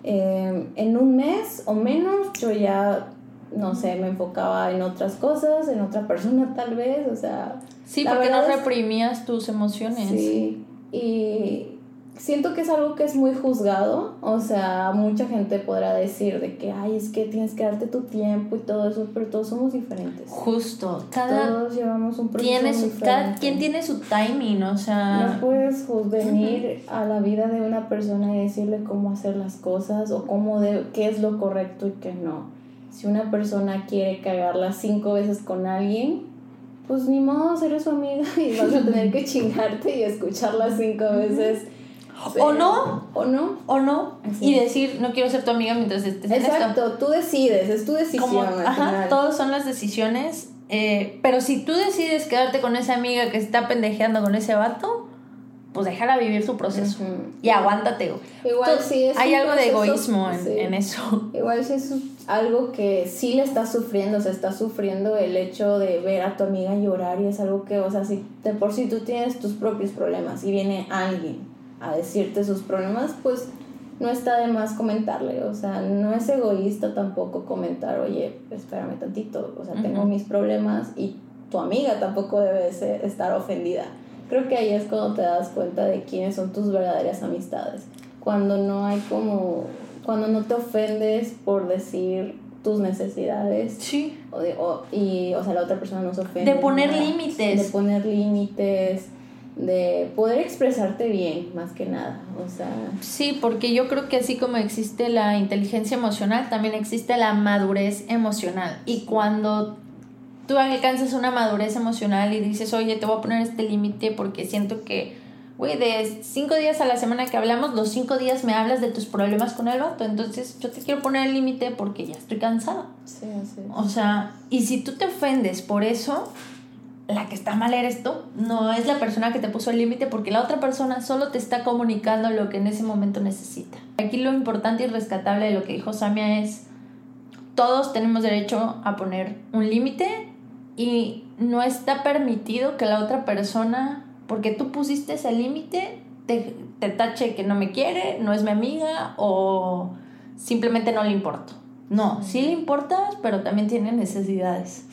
en un mes o menos yo ya, no sé, me enfocaba en otras cosas, en otra persona tal vez, o sea... Sí, porque no reprimías tus emociones. Sí, y siento que es algo que es muy juzgado, o sea, mucha gente podrá decir de que, ay, es que tienes que darte tu tiempo y todo eso, pero todos somos diferentes. Justo, todos llevamos un proceso diferente. Cada quien tiene su timing, o sea... No puedes venir a la vida de una persona y decirle cómo hacer las cosas o qué es lo correcto y qué no. Si una persona quiere cagarla 5 veces con alguien, pues ni modo, eres su amiga y vas a tener que chingarte y escucharla 5 veces. Pero, o no. Así. Y decir, no quiero ser tu amiga mientras estés en esto. Exacto, tú decides, es tu decisión. Todos son las decisiones. Pero si tú decides quedarte con esa amiga que está pendejeando con ese vato, pues déjala vivir su proceso. Y aguántate. Igual si es hay algo proceso, de egoísmo en eso. Igual si es algo que sí le está sufriendo, o sea, está sufriendo el hecho de ver a tu amiga llorar y es algo que, o sea, si de por sí tú tienes tus propios problemas y viene alguien a decirte sus problemas, pues no está de más comentarle, o sea, no es egoísta tampoco comentar, oye, espérame tantito, o sea, tengo mis problemas y tu amiga tampoco debe estar ofendida. Creo que ahí es cuando te das cuenta de quiénes son tus verdaderas amistades, cuando no te ofendes por decir tus necesidades. Sí. O sea, la otra persona no se ofende. De poner límites. De poder expresarte bien, más que nada, o sea... Sí, porque yo creo que así como existe la inteligencia emocional, también existe la madurez emocional. Y cuando tú alcanzas una madurez emocional y dices, oye, te voy a poner este límite porque siento que, güey, de 5 días a la semana que hablamos, los 5 días me hablas de tus problemas con el vato, entonces yo te quiero poner el límite porque ya estoy cansada. Sí. O sea, y si tú te ofendes por eso... La que está mal eres tú, no es la persona que te puso el límite, porque la otra persona solo te está comunicando lo que en ese momento necesita. Aquí lo importante y rescatable de lo que dijo Samia es: todos tenemos derecho a poner un límite y no está permitido que la otra persona, porque tú pusiste ese límite, te tache que no me quiere, no es mi amiga o simplemente no le importo. No, sí le importas, pero también tiene necesidades.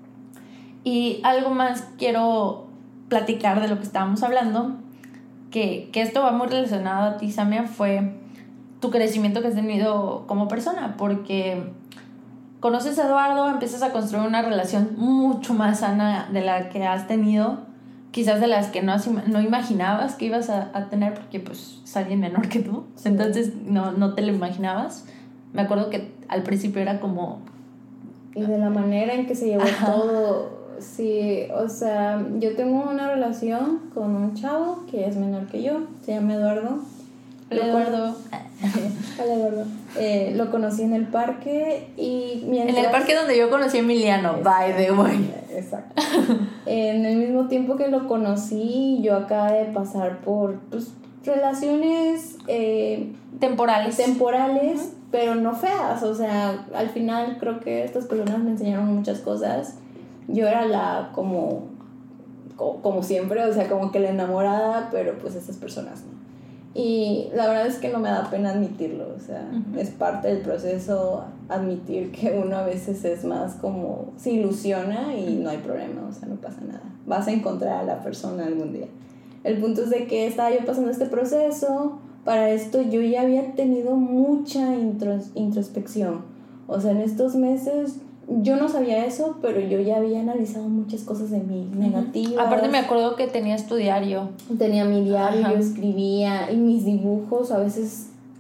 Y algo más quiero platicar de lo que estábamos hablando, que esto va muy relacionado a ti, Samia, fue tu crecimiento que has tenido como persona, porque conoces a Eduardo, empiezas a construir una relación mucho más sana de la que has tenido, quizás de las que no imaginabas que ibas a tener, porque pues es alguien menor que tú, sí. Entonces no te lo imaginabas. Me acuerdo que al principio era como... Y de la manera en que se llevó todo... Sí, o sea, yo tengo una relación con un chavo que es menor que yo, se llama Eduardo. Hola, Eduardo. Lo conocí en el parque y mientras... En el parque donde yo conocí a Emiliano, by the way. Exacto. En el mismo tiempo que lo conocí, yo acabé de pasar por relaciones temporales, pero no feas. O sea, al final creo que estas personas me enseñaron muchas cosas. Yo era como siempre, o sea, como que la enamorada, pero pues estas personas no. Y la verdad es que no me da pena admitirlo, o sea, es parte del proceso admitir que uno a veces es más como se ilusiona y no hay problema, o sea, no pasa nada. Vas a encontrar a la persona algún día. El punto es de que estaba yo pasando este proceso. Para esto yo ya había tenido mucha introspección, o sea, en estos meses... Yo no sabía eso, pero yo ya había analizado muchas cosas de mí, negativas. Aparte me acuerdo que tenías tu diario. Tenía mi diario, yo escribía, y mis dibujos a veces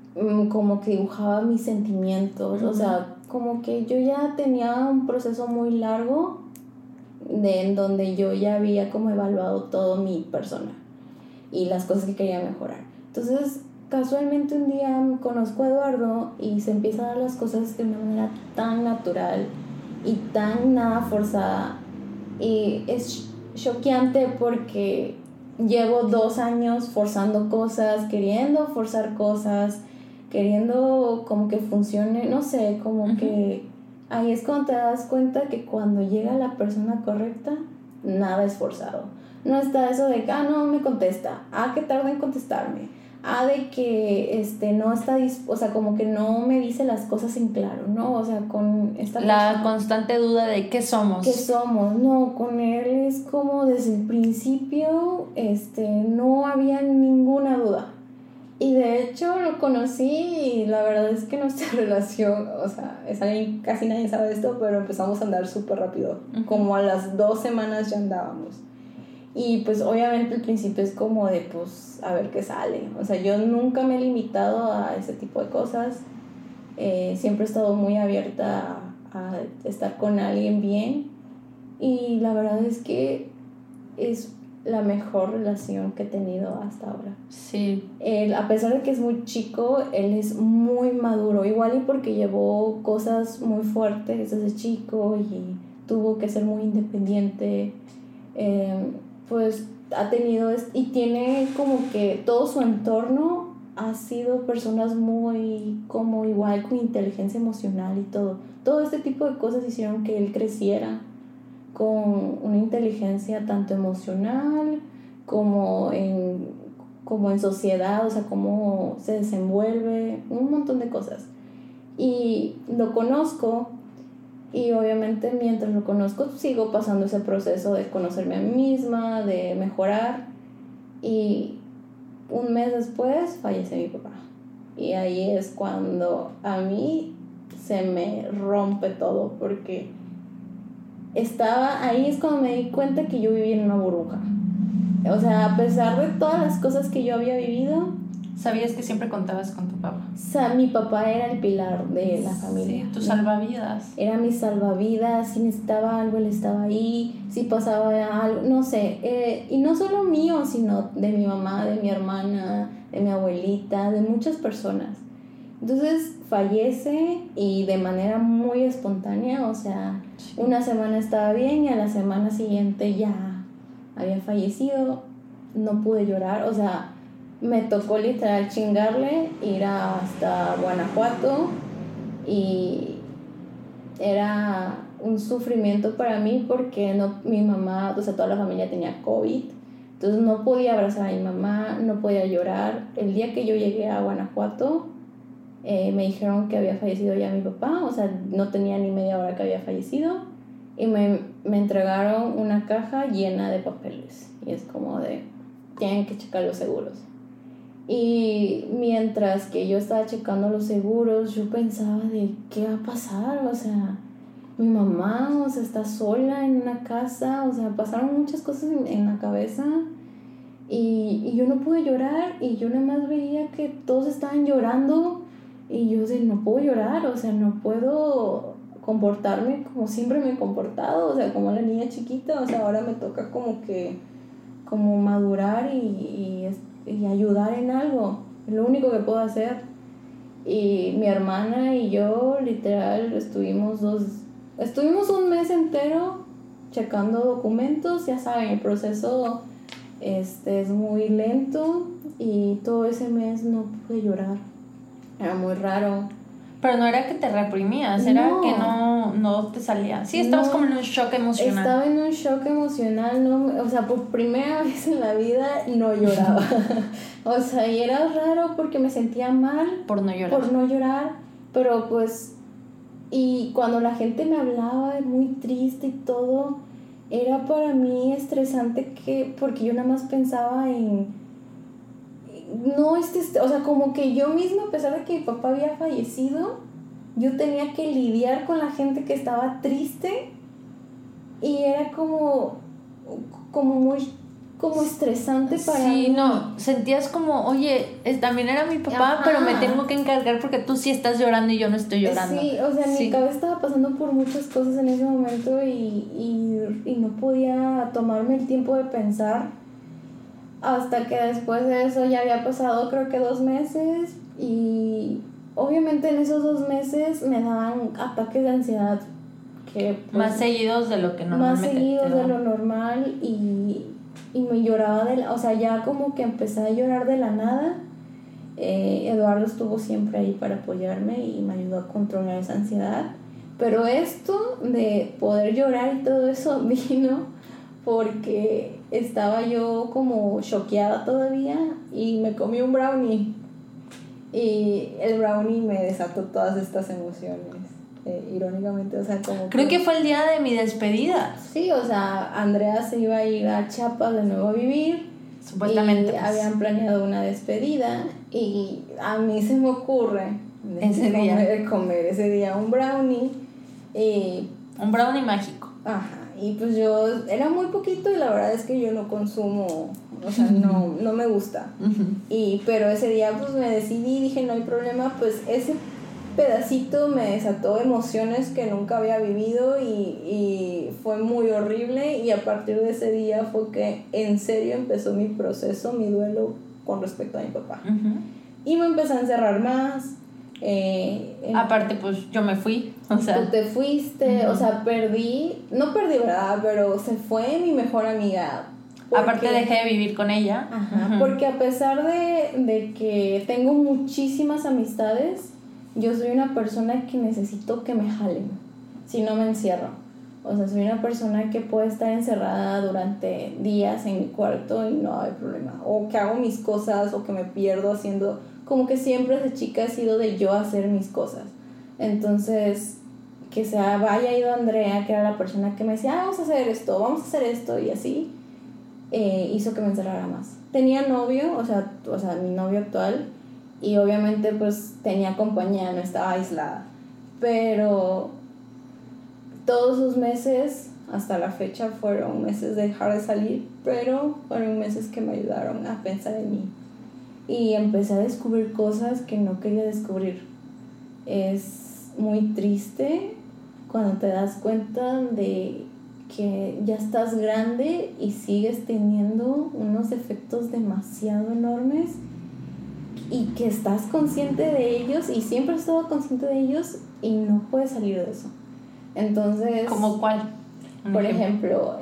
como que dibujaba mis sentimientos, o sea, como que yo ya tenía un proceso muy largo en donde yo ya había como evaluado todo mi persona y las cosas que quería mejorar. Entonces, casualmente un día conozco a Eduardo y se empiezan a dar las cosas de una manera tan natural y tan nada forzada, y es choqueante porque llevo 2 años forzando cosas, queriendo forzar cosas, queriendo como que funcione, no sé, como que ahí es cuando te das cuenta que cuando llega la persona correcta, nada es forzado. No está eso de que, no me contesta, que tarda en contestarme, de que no está o sea, como que no me dice las cosas en claro, ¿no? O sea, con esta la persona, constante duda de qué somos. No, con él es como desde el principio, no había ninguna duda. Y de hecho lo conocí y la verdad es que nuestra relación, o sea, casi nadie sabe esto, pero empezamos a andar súper rápido. Como a las 2 semanas ya andábamos. Y pues obviamente el principio es como de pues a ver qué sale. O sea, yo nunca me he limitado a ese tipo de cosas. Siempre he estado muy abierta a estar con alguien bien. Y la verdad es que es la mejor relación que he tenido hasta ahora. Sí. Él, a pesar de que es muy chico, él es muy maduro. Igual y porque llevó cosas muy fuertes desde chico y tuvo que ser muy independiente. Pues ha tenido y tiene como que todo su entorno ha sido personas muy como igual con inteligencia emocional y todo este tipo de cosas hicieron que él creciera con una inteligencia tanto emocional como en sociedad, o sea, cómo se desenvuelve, un montón de cosas. Y lo conozco. Y obviamente mientras lo conozco sigo pasando ese proceso de conocerme a mí misma, de mejorar. Y un mes después fallece mi papá. Y ahí es cuando a mí se me rompe todo, porque ahí es cuando me di cuenta que yo vivía en una burbuja. O sea, a pesar de todas las cosas que yo había vivido, ¿sabías que siempre contabas con tu papá? Mi papá era el pilar de la familia. Sí, tu salvavidas. Era mi salvavidas. Si necesitaba algo, él estaba ahí. Si pasaba algo, no sé. Y no solo mío, sino de mi mamá, de mi hermana, de mi abuelita, de muchas personas. Entonces fallece y de manera muy espontánea. O sea, una semana estaba bien y a la semana siguiente ya había fallecido. No pude llorar, o sea, me tocó literal chingarle, ir hasta Guanajuato, y era un sufrimiento para mí porque mi mamá, o sea, toda la familia tenía COVID, entonces no podía abrazar a mi mamá, no podía llorar. El día que yo llegué a Guanajuato, me dijeron que había fallecido ya mi papá, o sea, no tenía ni media hora que había fallecido, y me entregaron una caja llena de papeles, y es como de, tienen que checar los seguros. Y mientras que yo estaba checando los seguros, yo pensaba de qué va a pasar, o sea, mi mamá, o sea, está sola en una casa, o sea, pasaron muchas cosas en la cabeza, y yo no pude llorar, y yo nada más veía que todos estaban llorando, y yo no puedo llorar, o sea, no puedo comportarme como siempre me he comportado, o sea, como la niña chiquita, o sea, ahora me toca como madurar y ayudar en algo, es lo único que puedo hacer. Y mi hermana y yo literal estuvimos un mes entero checando documentos. Ya saben, el proceso es muy lento, y todo ese mes no pude llorar, era muy raro. Pero no era que te reprimías, era que no te salía. Sí, estabas como en un shock emocional. Estaba en un shock emocional, o sea, por primera vez en la vida no lloraba. O sea, y era raro porque me sentía mal por no llorar, pero pues, y cuando la gente me hablaba muy triste y todo, era para mí estresante porque yo nada más pensaba o sea, como que yo misma, a pesar de que mi papá había fallecido, yo tenía que lidiar con la gente que estaba triste, y era como muy como estresante para mí. Sí, no, sentías como, oye, también era mi papá, Ajá. pero me tengo que encargar porque tú sí estás llorando y yo no estoy llorando. Sí, o sea, mi cabeza estaba pasando por muchas cosas en ese momento y no podía tomarme el tiempo de pensar hasta que después de eso ya había pasado creo que 2 meses y obviamente en esos 2 meses me daban ataques de ansiedad que pues, más seguidos de lo que normalmente. Más seguidos de lo normal y me lloraba o sea, ya como que empecé a llorar de la nada. Eduardo estuvo siempre ahí para apoyarme y me ayudó a controlar esa ansiedad. Pero esto de poder llorar y todo eso vino porque estaba yo como choqueada todavía y me comí un brownie. Y el brownie me desató todas estas emociones. Irónicamente, o sea, como creo que fue el día de mi despedida. Sí, o sea, Andrea se iba a ir a Chiapas de nuevo a vivir. Supuestamente. Y habían planeado una despedida y a mí se me ocurre comer ese día un brownie. Un brownie mágico. Ajá, y pues yo, era muy poquito y la verdad es que yo no consumo, o sea, no me gusta. Pero ese día pues me decidí, dije no hay problema, pues ese pedacito me desató emociones que nunca había vivido y fue muy horrible y a partir de ese día fue que en serio empezó mi proceso, mi duelo con respecto a mi papá. Y me empecé a encerrar más. Aparte pues yo me fui, o sea, tú te fuiste, o sea, no perdí, ¿verdad? Pero se fue mi mejor amiga. Aparte dejé de vivir con ella. Porque a pesar de que tengo muchísimas amistades, yo soy una persona que necesito que me jalen, si no me encierro. O sea, soy una persona que puede estar encerrada durante días en mi cuarto y no hay problema. O que hago mis cosas o que me pierdo haciendo... Como que siempre desde chica he sido de yo hacer mis cosas. Entonces, que se haya ido Andrea, que era la persona que me decía, vamos a hacer esto y así, hizo que me encerrara más. Tenía novio, o sea, mi novio actual, y obviamente pues tenía compañía, no estaba aislada. Pero todos esos meses, hasta la fecha, fueron meses de dejar de salir, pero fueron meses que me ayudaron a pensar en mí. Y empecé a descubrir cosas que no quería descubrir. Es muy triste cuando te das cuenta de que ya estás grande y sigues teniendo unos defectos demasiado enormes y que estás consciente de ellos y siempre has estado consciente de ellos y no puedes salir de eso. Entonces... ¿Cómo cuál? Por ejemplo,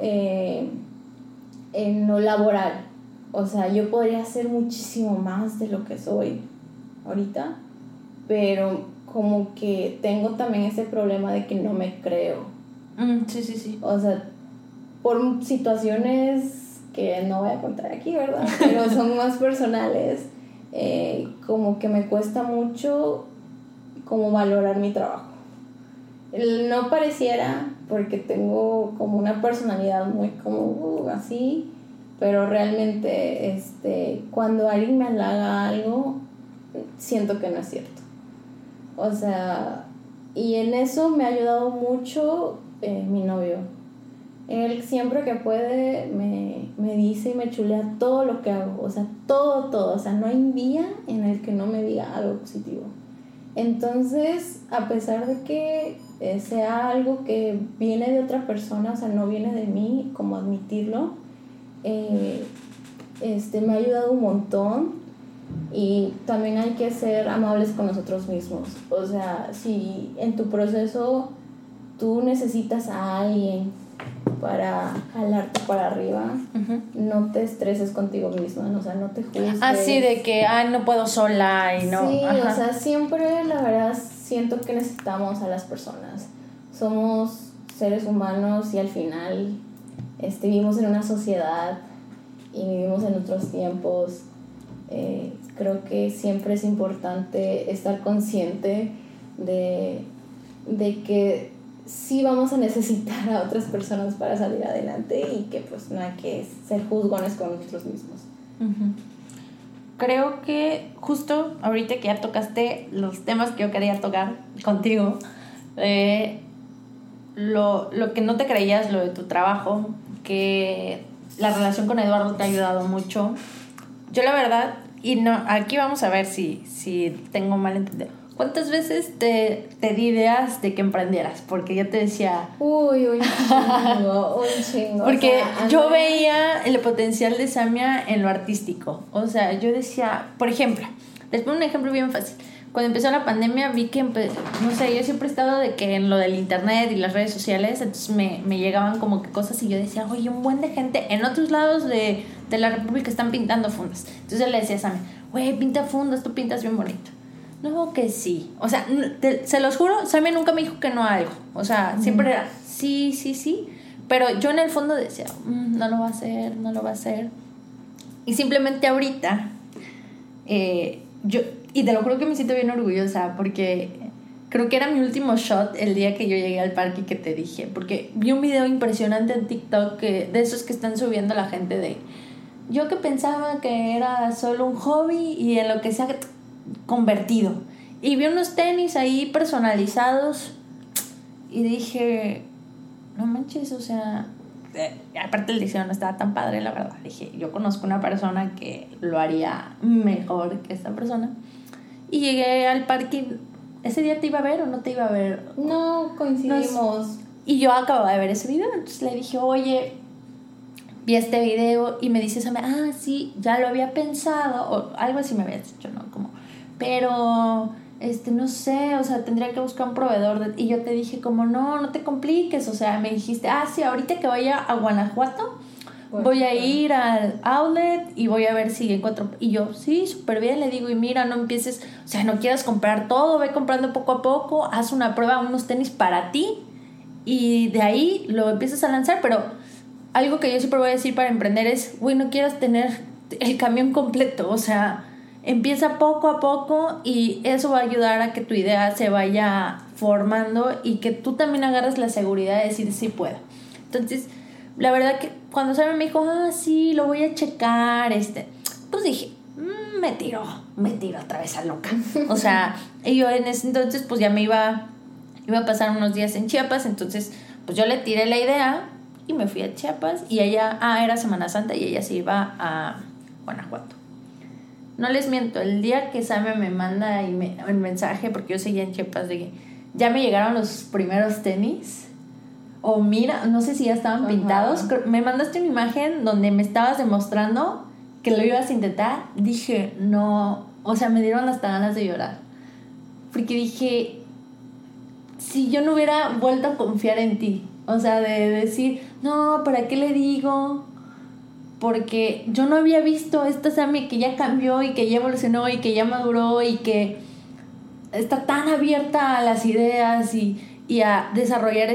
en lo laboral. O sea, yo podría hacer muchísimo más de lo que soy ahorita, pero como que tengo también ese problema de que no me creo. Sí. O sea, por situaciones que no voy a contar aquí, ¿verdad? Pero son más personales, como que me cuesta mucho como valorar mi trabajo. No pareciera, porque tengo como una personalidad muy como así, pero realmente cuando alguien me halaga algo, siento que no es cierto. O sea, y en eso me ha ayudado mucho mi novio. Él siempre que puede me dice y me chulea todo lo que hago, o sea, todo, o sea, no hay día en el que no me diga algo positivo. Entonces, a pesar de que sea algo que viene de otra persona, o sea, no viene de mí, como admitirlo, me ha ayudado un montón. Y también hay que ser amables con nosotros mismos. O sea, si en tu proceso tú necesitas a alguien para jalarte para arriba, no te estreses contigo misma, o sea, no te juzgues. Así de que, no puedo sola y no. Sí, o sea, siempre la verdad siento que necesitamos a las personas. Somos seres humanos y al final vivimos en una sociedad y vivimos en otros tiempos. Creo que siempre es importante estar consciente de que sí vamos a necesitar a otras personas para salir adelante y que pues no hay que ser juzgones con nosotros mismos. Creo que justo ahorita que ya tocaste los temas que yo quería tocar contigo, lo que no te creías, lo de tu trabajo, que la relación con Eduardo te ha ayudado mucho. Yo la verdad, y no, aquí vamos a ver si tengo mal entendido. ¿Cuántas veces te di ideas de que emprendieras? Porque yo te decía... Uy, un chingo. Porque o sea, yo veía el potencial de Samia en lo artístico. O sea, yo decía, por ejemplo, les pongo un ejemplo bien fácil. Cuando empezó la pandemia vi que, no sé, yo siempre he estado de que en lo del internet y las redes sociales, entonces me llegaban como que cosas y yo decía, oye, un buen de gente en otros lados de la República están pintando fundas. Entonces le decía a Samia, güey, pinta fundas, tú pintas bien bonito. No, que sí. O sea, se los juro, Samia nunca me dijo que no a algo. O sea, siempre era sí. Pero yo en el fondo decía, no lo va a hacer. Y simplemente ahorita, yo, y te lo juro que me siento bien orgullosa, porque creo que era mi último shot el día que yo llegué al parque y que te dije. Porque vi un video impresionante en TikTok de esos que están subiendo la gente de... Yo que pensaba que era solo un hobby y en lo que se ha convertido. Y vi unos tenis ahí personalizados y dije, no manches, o sea, aparte el diseño no estaba tan padre, la verdad. Dije, yo conozco una persona que lo haría mejor que esta persona. Y llegué al parque. ¿Ese día te iba a ver o no te iba a ver? No, coincidimos. Y yo acababa de ver ese video, entonces le dije, oye, vi este video, y me dice, sí, ya lo había pensado, o algo así me había dicho, ¿no? Como, pero, no sé, o sea, tendría que buscar un proveedor. Y yo te dije, como, no te compliques, o sea, me dijiste, sí, ahorita que vaya a Guanajuato, voy a ir al outlet y voy a ver si encuentro. Y yo, sí, súper bien, le digo, y mira, no empieces, o sea, no quieras comprar todo, ve comprando poco a poco, haz una prueba, unos tenis para ti, y de ahí lo empiezas a lanzar. Pero algo que yo siempre voy a decir para emprender es, güey, no quieras tener el camión completo, o sea, empieza poco a poco y eso va a ayudar a que tu idea se vaya formando y que tú también agarres la seguridad de decir, sí puedo. Entonces, la verdad que cuando Samia me dijo, sí, lo voy a checar, pues dije, me tiro otra vez a loca. O sea, y yo en ese entonces pues ya me iba a pasar unos días en Chiapas, entonces pues yo le tiré la idea y me fui a Chiapas, y ella, era Semana Santa y ella se iba a Guanajuato. No les miento, el día que Samia me manda el mensaje, porque yo seguía en Chiapas, de que ya me llegaron los primeros tenis, o mira, no sé si ya estaban pintados, me mandaste una imagen donde me estabas demostrando que lo ibas a intentar. Dije, no, o sea, me dieron hasta ganas de llorar, porque dije, si yo no hubiera vuelto a confiar en ti, o sea, de decir, no, ¿para qué le digo? Porque yo no había visto esta Samia que ya cambió y que ya evolucionó y que ya maduró y que está tan abierta a las ideas y a desarrollar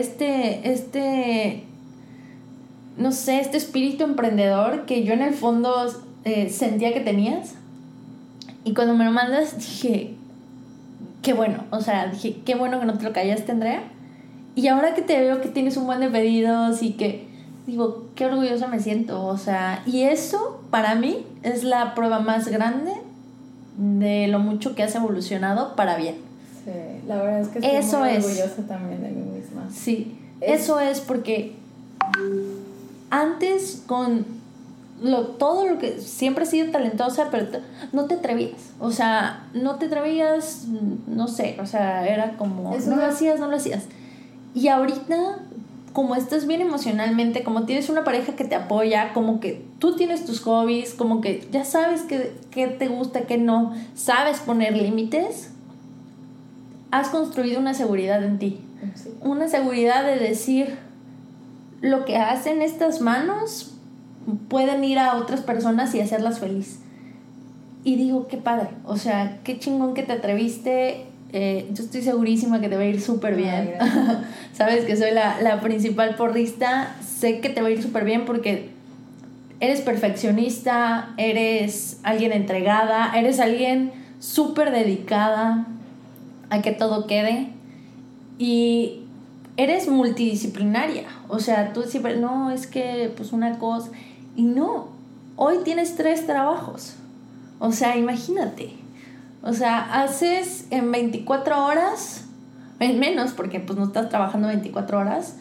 no sé, este espíritu emprendedor que yo en el fondo sentía que tenías. Y cuando me lo mandas dije, qué bueno, o sea, dije, qué bueno que no te lo callaste, Andrea. Y ahora que te veo que tienes un buen de pedidos y que digo, qué orgullosa me siento, o sea, y eso para mí es la prueba más grande de lo mucho que has evolucionado para bien. Sí, la verdad es que estoy muy orgullosa también de mí misma. Sí, eso es porque antes con todo lo que siempre he sido talentosa, pero no te atrevías, o sea, no sé, o sea, era como, no lo hacías. Y ahorita, como estás bien emocionalmente, como tienes una pareja que te apoya, como que tú tienes tus hobbies, como que ya sabes qué te gusta, qué no, sabes poner límites, has construido una seguridad en ti. Sí. Una seguridad de decir, lo que hacen estas manos pueden ir a otras personas y hacerlas feliz. Y digo, qué padre, o sea, qué chingón que te atreviste. Yo estoy segurísima que te va a ir súper bien. Sabes que soy la principal porrista. Sé que te va a ir súper bien porque eres perfeccionista, eres alguien entregada, eres alguien súper dedicada a que todo quede, y eres multidisciplinaria. O sea, tú siempre, no, es que pues una cosa, y no, hoy tienes 3 trabajos. O sea, imagínate. O sea, haces en 24 horas, en menos, porque pues no estás trabajando 24 horas,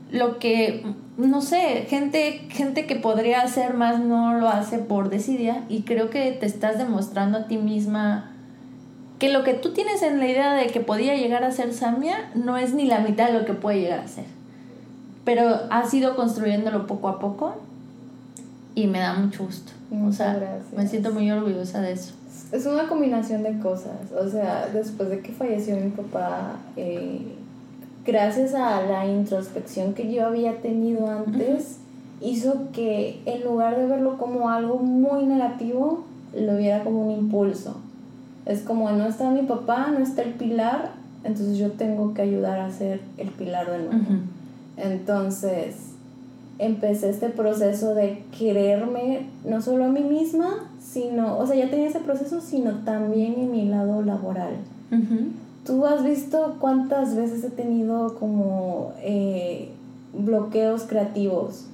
lo que, no sé, gente que podría hacer más no lo hace por desidia, y creo que te estás demostrando a ti misma que lo que tú tienes en la idea de que podía llegar a ser Samia no es ni la mitad de lo que puede llegar a ser, pero has ido construyéndolo poco a poco y me da mucho gusto. Muchas gracias. Me siento muy orgullosa de eso. Es una combinación de cosas. O sea, después de que falleció mi papá, gracias a la introspección que yo había tenido antes, hizo que en lugar de verlo como algo muy negativo, lo viera como un impulso. Es como, no está mi papá, no está el pilar, entonces yo tengo que ayudar a ser el pilar de nuevo. Entonces empecé este proceso de quererme no solo a mí misma, sino, o sea, ya tenía ese proceso, sino también en mi lado laboral. ¿Tú has visto cuántas veces he tenido como bloqueos creativos?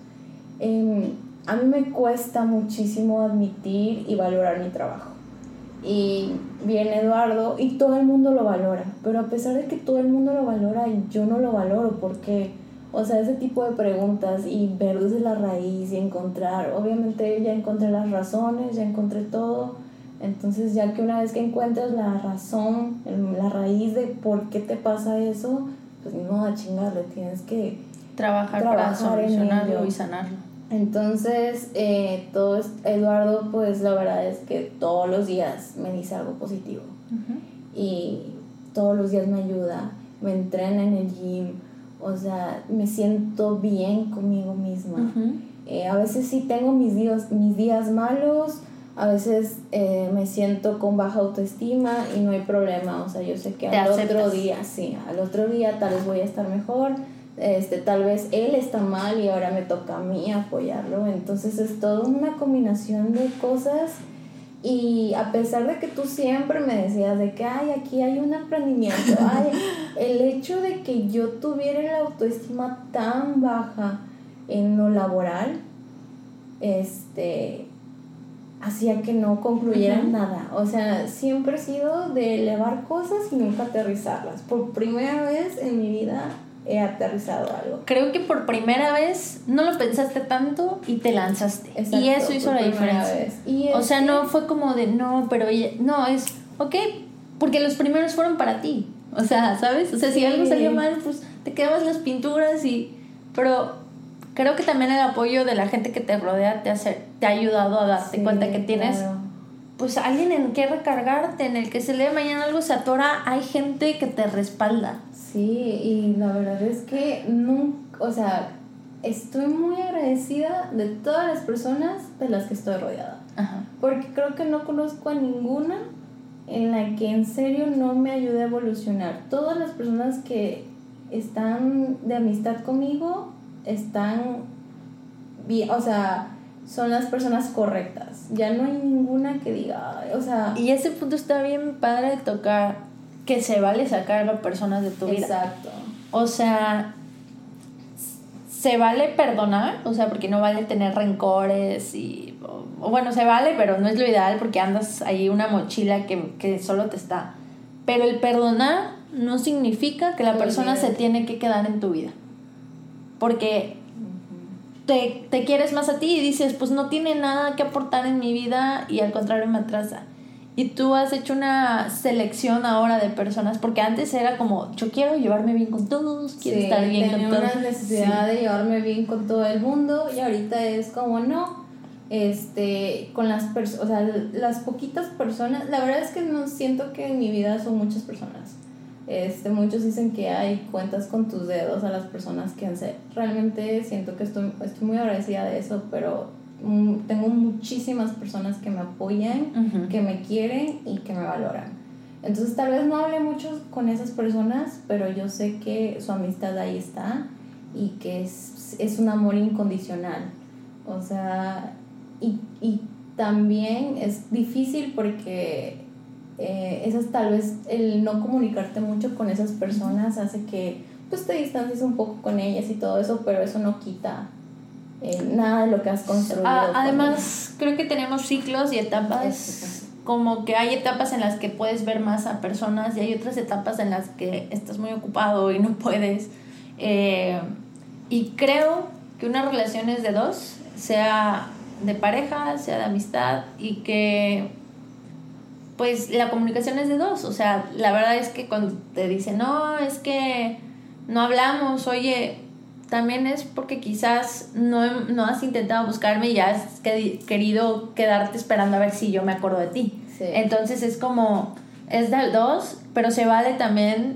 A mí me cuesta muchísimo admitir y valorar mi trabajo. Y viene Eduardo y todo el mundo lo valora, pero a pesar de que todo el mundo lo valora, yo no lo valoro. Porque, o sea, ese tipo de preguntas y ver desde la raíz y encontrar, obviamente ya encontré las razones, ya encontré todo. Entonces ya que una vez que encuentras la razón, la raíz de por qué te pasa eso, pues ni modo a chingarle, tienes que trabajar para solucionarlo y sanarlo. Entonces, Eduardo, pues la verdad es que todos los días me dice algo positivo. Y todos los días me ayuda, me entrena en el gym, o sea, me siento bien conmigo misma. A veces sí tengo mis días malos, a veces me siento con baja autoestima y no hay problema. O sea, yo sé que al otro día tal vez voy a estar mejor. Tal vez él está mal y ahora me toca a mí apoyarlo. Entonces es toda una combinación de cosas. Y a pesar de que tú siempre me decías de que aquí hay un emprendimiento, el hecho de que yo tuviera la autoestima tan baja en lo laboral, hacía que no concluyera nada. O sea, siempre he sido de elevar cosas y nunca aterrizarlas. Por primera vez en mi vida he aterrizado algo. Creo que por primera vez no lo pensaste tanto y te lanzaste. Exacto, y eso hizo la diferencia. O sea, no fue como de no, pero no, es ok, porque los primeros fueron para ti. O sea, ¿sabes? O sea, si algo salió mal, pues te quedabas las pinturas pero creo que también el apoyo de la gente que te rodea te ha ayudado a darte cuenta que tienes pues alguien en que recargarte, en el que se lee mañana algo se atora, hay gente que te respalda. Sí, y la verdad es que estoy muy agradecida de todas las personas de las que estoy rodeada. Porque creo que no conozco a ninguna en la que en serio no me ayude a evolucionar. Todas las personas que están de amistad conmigo están bien, o sea, son las personas correctas. Ya no hay ninguna que diga, o sea... Y ese punto está bien padre de tocar, que se vale sacar a personas de tu vida. Exacto. O sea, se vale perdonar, o sea, porque no vale tener rencores o bueno, se vale, pero no es lo ideal porque andas ahí una mochila que solo te está. Pero el perdonar no significa que la persona se tiene que quedar en tu vida. Porque te quieres más a ti y dices, pues no tiene nada que aportar en mi vida y al contrario me atrasa. Y tú has hecho una selección ahora de personas, porque antes era como, yo quiero llevarme bien con todos, quiero estar bien con todos. Tenía una necesidad de llevarme bien con todo el mundo y ahorita es como, no, con las personas, o sea, las poquitas personas, la verdad es que no siento que en mi vida son muchas personas. Muchos dicen que cuentas con tus dedos a las personas que realmente siento que estoy muy agradecida de eso, pero tengo muchísimas personas que me apoyan, que me quieren y que me valoran. Entonces tal vez no hable mucho con esas personas, pero yo sé que su amistad ahí está y que es un amor incondicional. O sea, y también es difícil porque esas tal vez el no comunicarte mucho con esas personas hace que pues te distancies un poco con ellas y todo eso, pero eso no quita nada de lo que has construido. Además, creo que tenemos ciclos y etapas. Como que hay etapas en las que puedes ver más a personas y hay otras etapas en las que estás muy ocupado y no puedes. Y creo que una relación es de dos, sea de pareja, sea de amistad, y que pues la comunicación es de dos. O sea, la verdad es que cuando te dicen, no, es que no hablamos, oye, también es porque quizás no has intentado buscarme y ya has querido quedarte esperando a ver si yo me acuerdo de ti. Sí. Entonces es como, es de dos, pero se vale también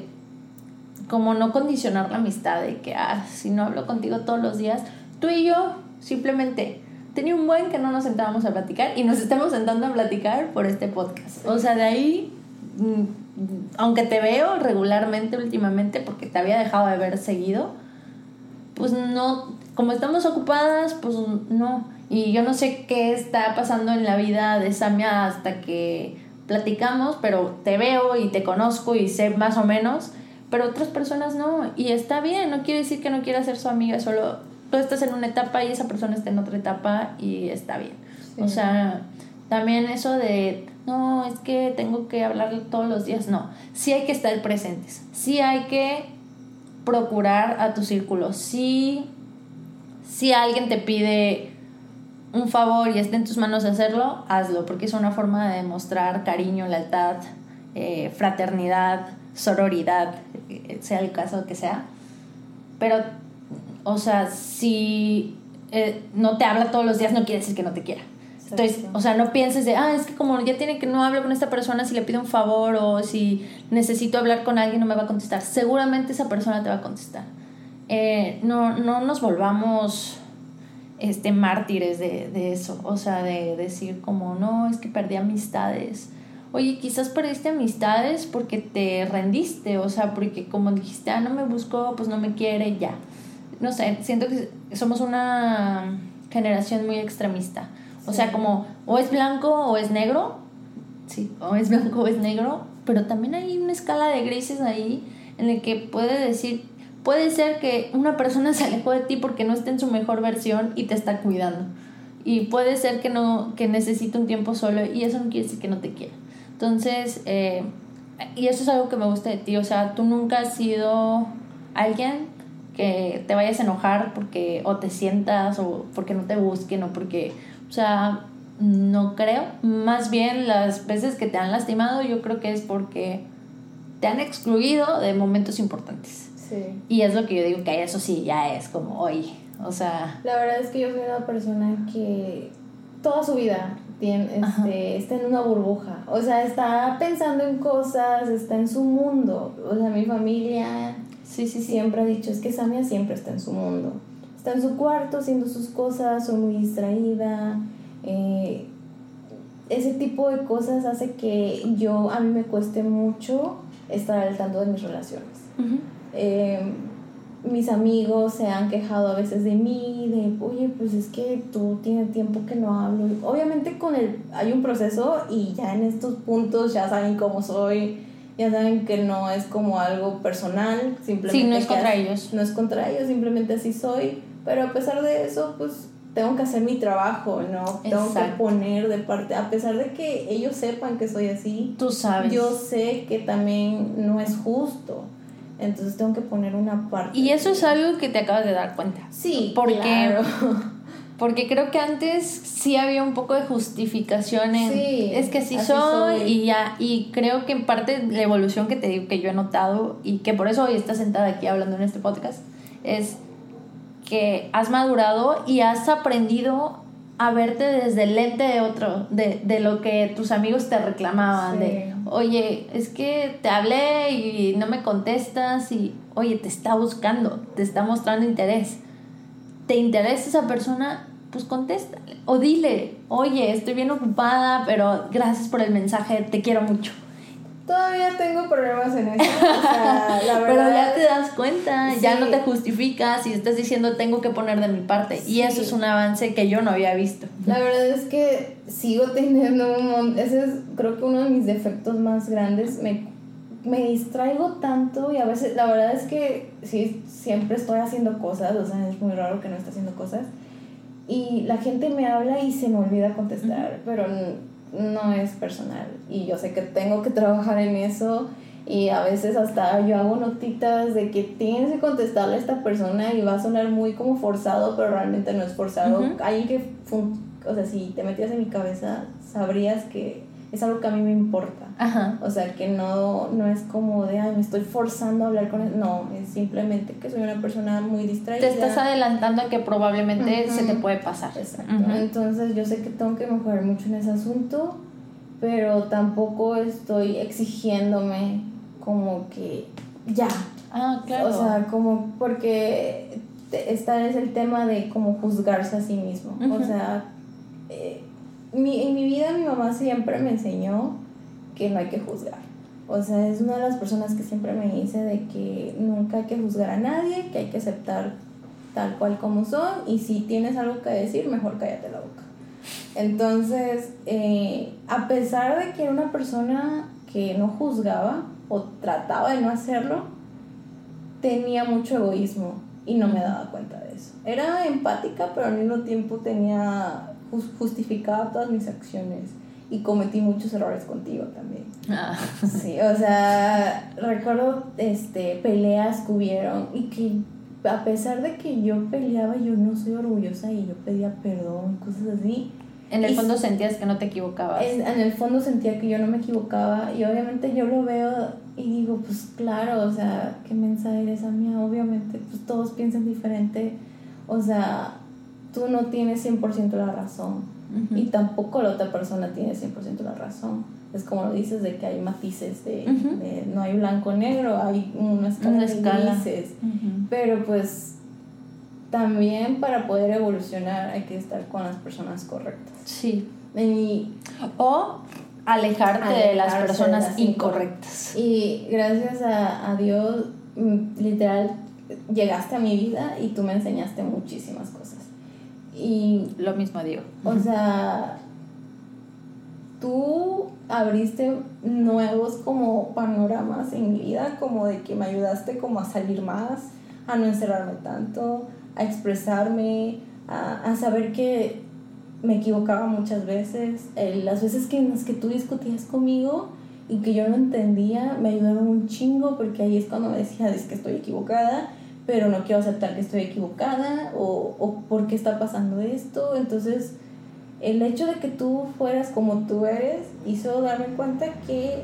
como no condicionar la amistad de que, si no hablo contigo todos los días, tú y yo simplemente tenía un buen que no nos sentábamos a platicar y nos estamos sentando a platicar por este podcast. O sea, de ahí, aunque te veo regularmente últimamente porque te había dejado de ver seguido, pues no, como estamos ocupadas, pues no. Y yo no sé qué está pasando en la vida de Samia hasta que platicamos, pero te veo y te conozco y sé más o menos, pero otras personas no, y está bien, no quiere decir que no quiera ser su amiga, solo tú estás en una etapa y esa persona está en otra etapa y está bien. Sí. O sea, también eso de, no, es que tengo que hablarle todos los días, no, sí hay que estar presentes, sí hay que procurar a tu círculo, si alguien te pide un favor y está en tus manos hacerlo, hazlo, porque es una forma de demostrar cariño, lealtad, fraternidad, sororidad, sea el caso que sea. Pero, o sea, si no te habla todos los días, no quiere decir que no te quiera. Entonces, o sea, no pienses de, es que como ya tiene que no hablo con esta persona, si le pido un favor o si necesito hablar con alguien no me va a contestar. Seguramente esa persona te va a contestar. No nos volvamos mártires de eso, o sea, de decir como, no, es que perdí amistades. Oye, quizás perdiste amistades porque te rendiste, o sea, porque como dijiste, no me buscó, pues no me quiere, ya. No sé, siento que somos una generación muy extremista. O sea, como o es blanco o es negro. Sí, o es blanco o es negro. Pero también hay una escala de grises ahí en el que puede ser que una persona se alejó de ti porque no está en su mejor versión y te está cuidando. Y puede ser que necesita un tiempo solo y eso no quiere decir que no te quiera. Entonces, y eso es algo que me gusta de ti. O sea, tú nunca has sido alguien que te vayas a enojar porque o te sientas o porque no te busquen o porque, o sea, no creo. Más bien las veces que te han lastimado yo creo que es porque te han excluido de momentos importantes. Sí. Y es lo que yo digo, que eso sí ya es como, oye, o sea, la verdad es que yo soy una persona que toda su vida está en una burbuja, o sea, está pensando en cosas, está en su mundo. O sea, mi familia siempre ha dicho, es que Samia siempre está en su mundo, está en su cuarto haciendo sus cosas, soy muy distraída. Ese tipo de cosas hace que a mí me cueste mucho estar al tanto de mis relaciones. Mis amigos se han quejado a veces de mí, de, oye, pues es que tú tienes tiempo que no hablo. Obviamente hay un proceso y ya en estos puntos ya saben cómo soy, ya saben que no es como algo personal, simplemente sí, no es contra ellos. No es contra ellos, simplemente así soy, pero a pesar de eso, pues tengo que hacer mi trabajo, ¿no? Exacto. Tengo que poner de parte, a pesar de que ellos sepan que soy así, tú sabes. Yo sé que también no es justo. Entonces tengo que poner una parte. Y eso es algo que te acabas de dar cuenta. Sí, claro. Porque creo que antes sí había un poco de justificación en, sí, es que así soy y ya. Y creo que en parte la evolución que te digo que yo he notado y que por eso hoy estás sentada aquí hablando en este podcast es que has madurado y has aprendido a verte desde el lente de otro, de lo que tus amigos te reclamaban, sí. De, oye, es que te hablé y no me contestas y, oye, te está buscando, te está mostrando interés. ¿Te interesa esa persona? Pues contéstale o dile, oye, estoy bien ocupada, pero gracias por el mensaje, te quiero mucho. Todavía tengo problemas en eso, o sea, la verdad. Pero ya te das cuenta, sí. Ya no te justificas y estás diciendo tengo que poner de mi parte. Sí. Y eso es un avance que yo no había visto. La verdad es que sigo teniendo ese es creo que uno de mis defectos más grandes. Me distraigo tanto y a veces, la verdad es que sí, siempre estoy haciendo cosas, o sea, es muy raro que no esté haciendo cosas. Y la gente me habla y se me olvida contestar, pero no es personal y yo sé que tengo que trabajar en eso. Y a veces hasta yo hago notitas de que tienes que contestarle a esta persona y va a sonar muy como forzado, pero realmente no es forzado. Alguien que, o sea, si te metías en mi cabeza, sabrías que es algo que a mí me importa. Ajá. O sea, que no es como de, ay, me estoy forzando a hablar con él. No, es simplemente que soy una persona muy distraída. Te estás adelantando a que probablemente se te puede pasar. Exacto. Entonces yo sé que tengo que mejorar mucho en ese asunto, pero tampoco estoy exigiéndome como que ya. Ah, claro. O sea, como porque es el tema de como juzgarse a sí mismo. O sea, en mi vida mi mamá siempre me enseñó que no hay que juzgar. O sea, es una de las personas que siempre me dice de que nunca hay que juzgar a nadie, que hay que aceptar tal cual como son, y si tienes algo que decir, mejor cállate la boca. Entonces, a pesar de que era una persona que no juzgaba o trataba de no hacerlo, tenía mucho egoísmo y no me daba cuenta de eso. Era empática, pero al mismo tiempo justificaba todas mis acciones y cometí muchos errores contigo también. Sí, o sea, recuerdo peleas que hubieron y que a pesar de que yo peleaba, yo no soy orgullosa y yo pedía perdón, cosas así. En el fondo sentías que no te equivocabas. En el fondo sentía que yo no me equivocaba y obviamente yo lo veo y digo, pues claro, o sea, qué mensa eres, amiga, obviamente, pues todos piensan diferente, o sea, tú no tienes 100% la razón y tampoco la otra persona tiene 100% la razón. Es como lo dices de que hay matices, de no hay blanco o negro, hay una escala de grises, pero pues también para poder evolucionar hay que estar con las personas correctas. Sí. O alejarte de las personas incorrectas. Y gracias a Dios, literal, llegaste a mi vida y tú me enseñaste muchísimas cosas. Y lo mismo digo. O sea, tú abriste nuevos como panoramas en mi vida, como de que me ayudaste como a salir más, a no encerrarme tanto, a expresarme, a saber que me equivocaba muchas veces. Las veces en las que tú discutías conmigo y que yo no entendía, me ayudaron un chingo, porque ahí es cuando me decía, es que estoy equivocada, pero no quiero aceptar que estoy equivocada, o ¿por qué está pasando esto? Entonces, el hecho de que tú fueras como tú eres hizo darme cuenta que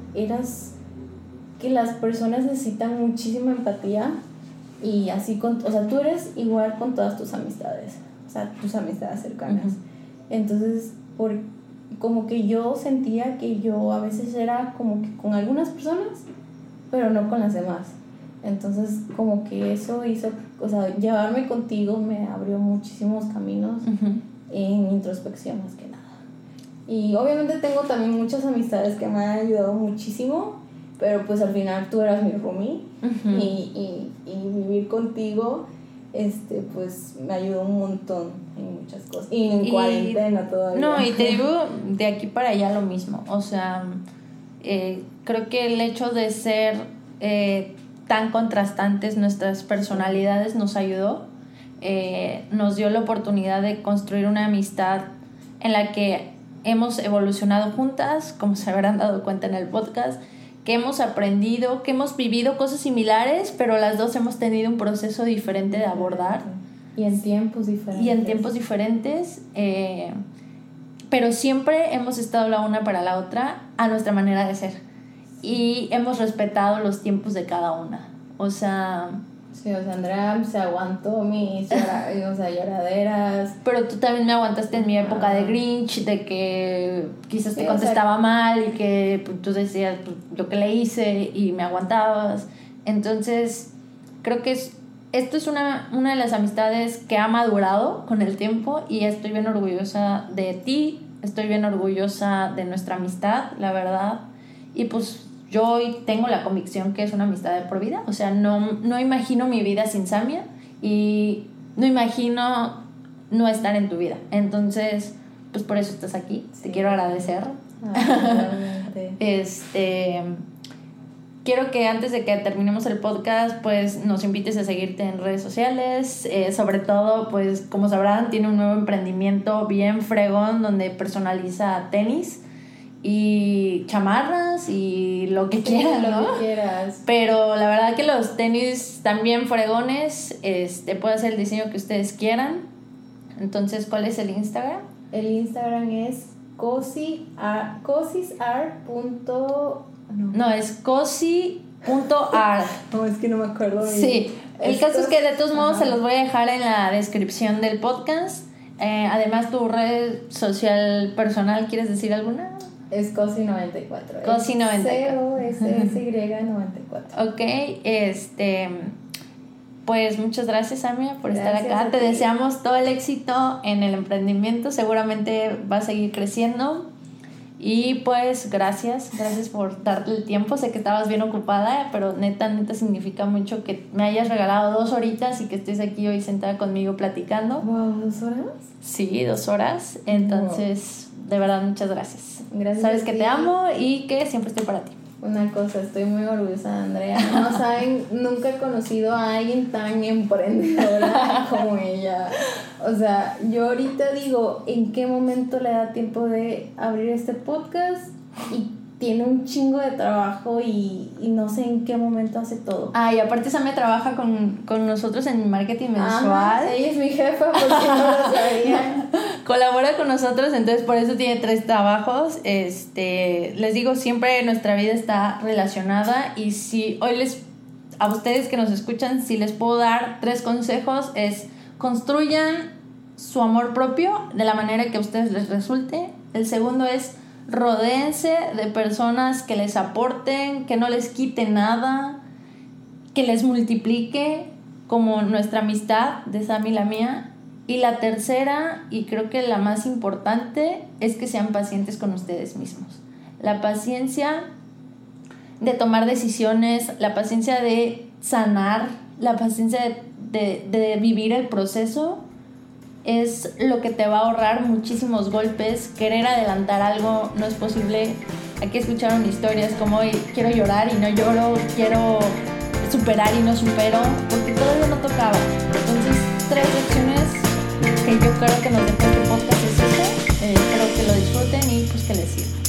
las personas necesitan muchísima empatía. Y así, o sea, tú eres igual con todas tus amistades, o sea, tus amistades cercanas. Entonces, como que yo sentía que yo a veces era como que con algunas personas, pero no con las demás. Entonces, como que eso hizo, o sea, llevarme contigo me abrió muchísimos caminos en introspección más que nada. Y obviamente tengo también muchas amistades que me han ayudado muchísimo, pero pues al final tú eras mi roomie y vivir contigo pues me ayudó un montón en muchas cosas y en cuarentena todavía. No, y te digo de aquí para allá lo mismo, o sea, creo que el hecho de ser tan contrastantes nuestras personalidades nos ayudó, nos dio la oportunidad de construir una amistad en la que hemos evolucionado juntas, como se habrán dado cuenta en el podcast, que hemos aprendido, que hemos vivido cosas similares, pero las dos hemos tenido un proceso diferente de abordar. Y en tiempos diferentes. Pero siempre hemos estado la una para la otra a nuestra manera de ser. Y hemos respetado los tiempos de cada una. O sea... Sí, o sea, Andrea se aguantó mis lloraderas. Pero tú también me aguantaste en mi época de Grinch, de que quizás te contestaba mal y que pues, tú decías pues, lo que le hice y me aguantabas. Entonces, creo que esto es una de las amistades que ha madurado con el tiempo y estoy bien orgullosa de ti, estoy bien orgullosa de nuestra amistad, la verdad. Y pues... yo hoy tengo la convicción que es una amistad de por vida. O sea, no imagino mi vida sin Samia y no imagino no estar en tu vida. Entonces, pues por eso estás aquí. Sí. Te quiero agradecer. Quiero que antes de que terminemos el podcast, pues nos invites a seguirte en redes sociales. Sobre todo, pues como sabrán, tiene un nuevo emprendimiento bien fregón donde personaliza tenis. y chamarras y lo que quieran, ¿no? Lo que quieras. Pero la verdad que los tenis también fregones, puede ser el diseño que ustedes quieran. Entonces, ¿cuál es el Instagram? El Instagram es cosisart. No, es cosi.art. No, es que no me acuerdo. Sí, el caso es que de todos modos se los voy a dejar en la descripción del podcast. Además, tu red social personal, ¿quieres decir alguna? Es Cosi94. Cosi94. COSSY94. Ok, pues muchas gracias, Amia, por estar acá. Te deseamos todo el éxito en el emprendimiento. Seguramente va a seguir creciendo. Y pues gracias por darte el tiempo. Sé que estabas bien ocupada, pero neta significa mucho que me hayas regalado 2 horitas y que estés aquí hoy sentada conmigo platicando. Wow, ¿2 horas? Sí, 2 horas. Entonces, de verdad, muchas gracias. Gracias. Sabes que te amo y que siempre estoy para ti. Una cosa, estoy muy orgullosa de Andrea. No saben, nunca he conocido a alguien tan emprendedora como ella. O sea, yo ahorita digo, ¿en qué momento le da tiempo de abrir este podcast? Y tiene un chingo de trabajo y no sé en qué momento hace todo. Y aparte Samia trabaja con nosotros en marketing mensual. Ella es mi jefa, porque no lo sabía. Colabora con nosotros, entonces por eso tiene 3 trabajos. Les digo, siempre nuestra vida está relacionada. Y si hoy a ustedes que nos escuchan, si les puedo dar 3 consejos, es: construyan su amor propio de la manera que a ustedes les resulte. El segundo es: rodéense de personas que les aporten, que no les quite nada, que les multiplique, como nuestra amistad de Sam y la mía. Y la tercera, y creo que la más importante, es que sean pacientes con ustedes mismos. La paciencia de tomar decisiones, la paciencia de sanar, la paciencia de vivir el proceso es lo que te va a ahorrar muchísimos golpes. Querer adelantar algo no es posible. Aquí escucharon historias como: hoy quiero llorar y no lloro, quiero superar y no supero, porque todavía no tocaba. Entonces, 3 lecciones que yo creo que nos dejó este podcast es eso. Espero que lo disfruten y pues que les sirva.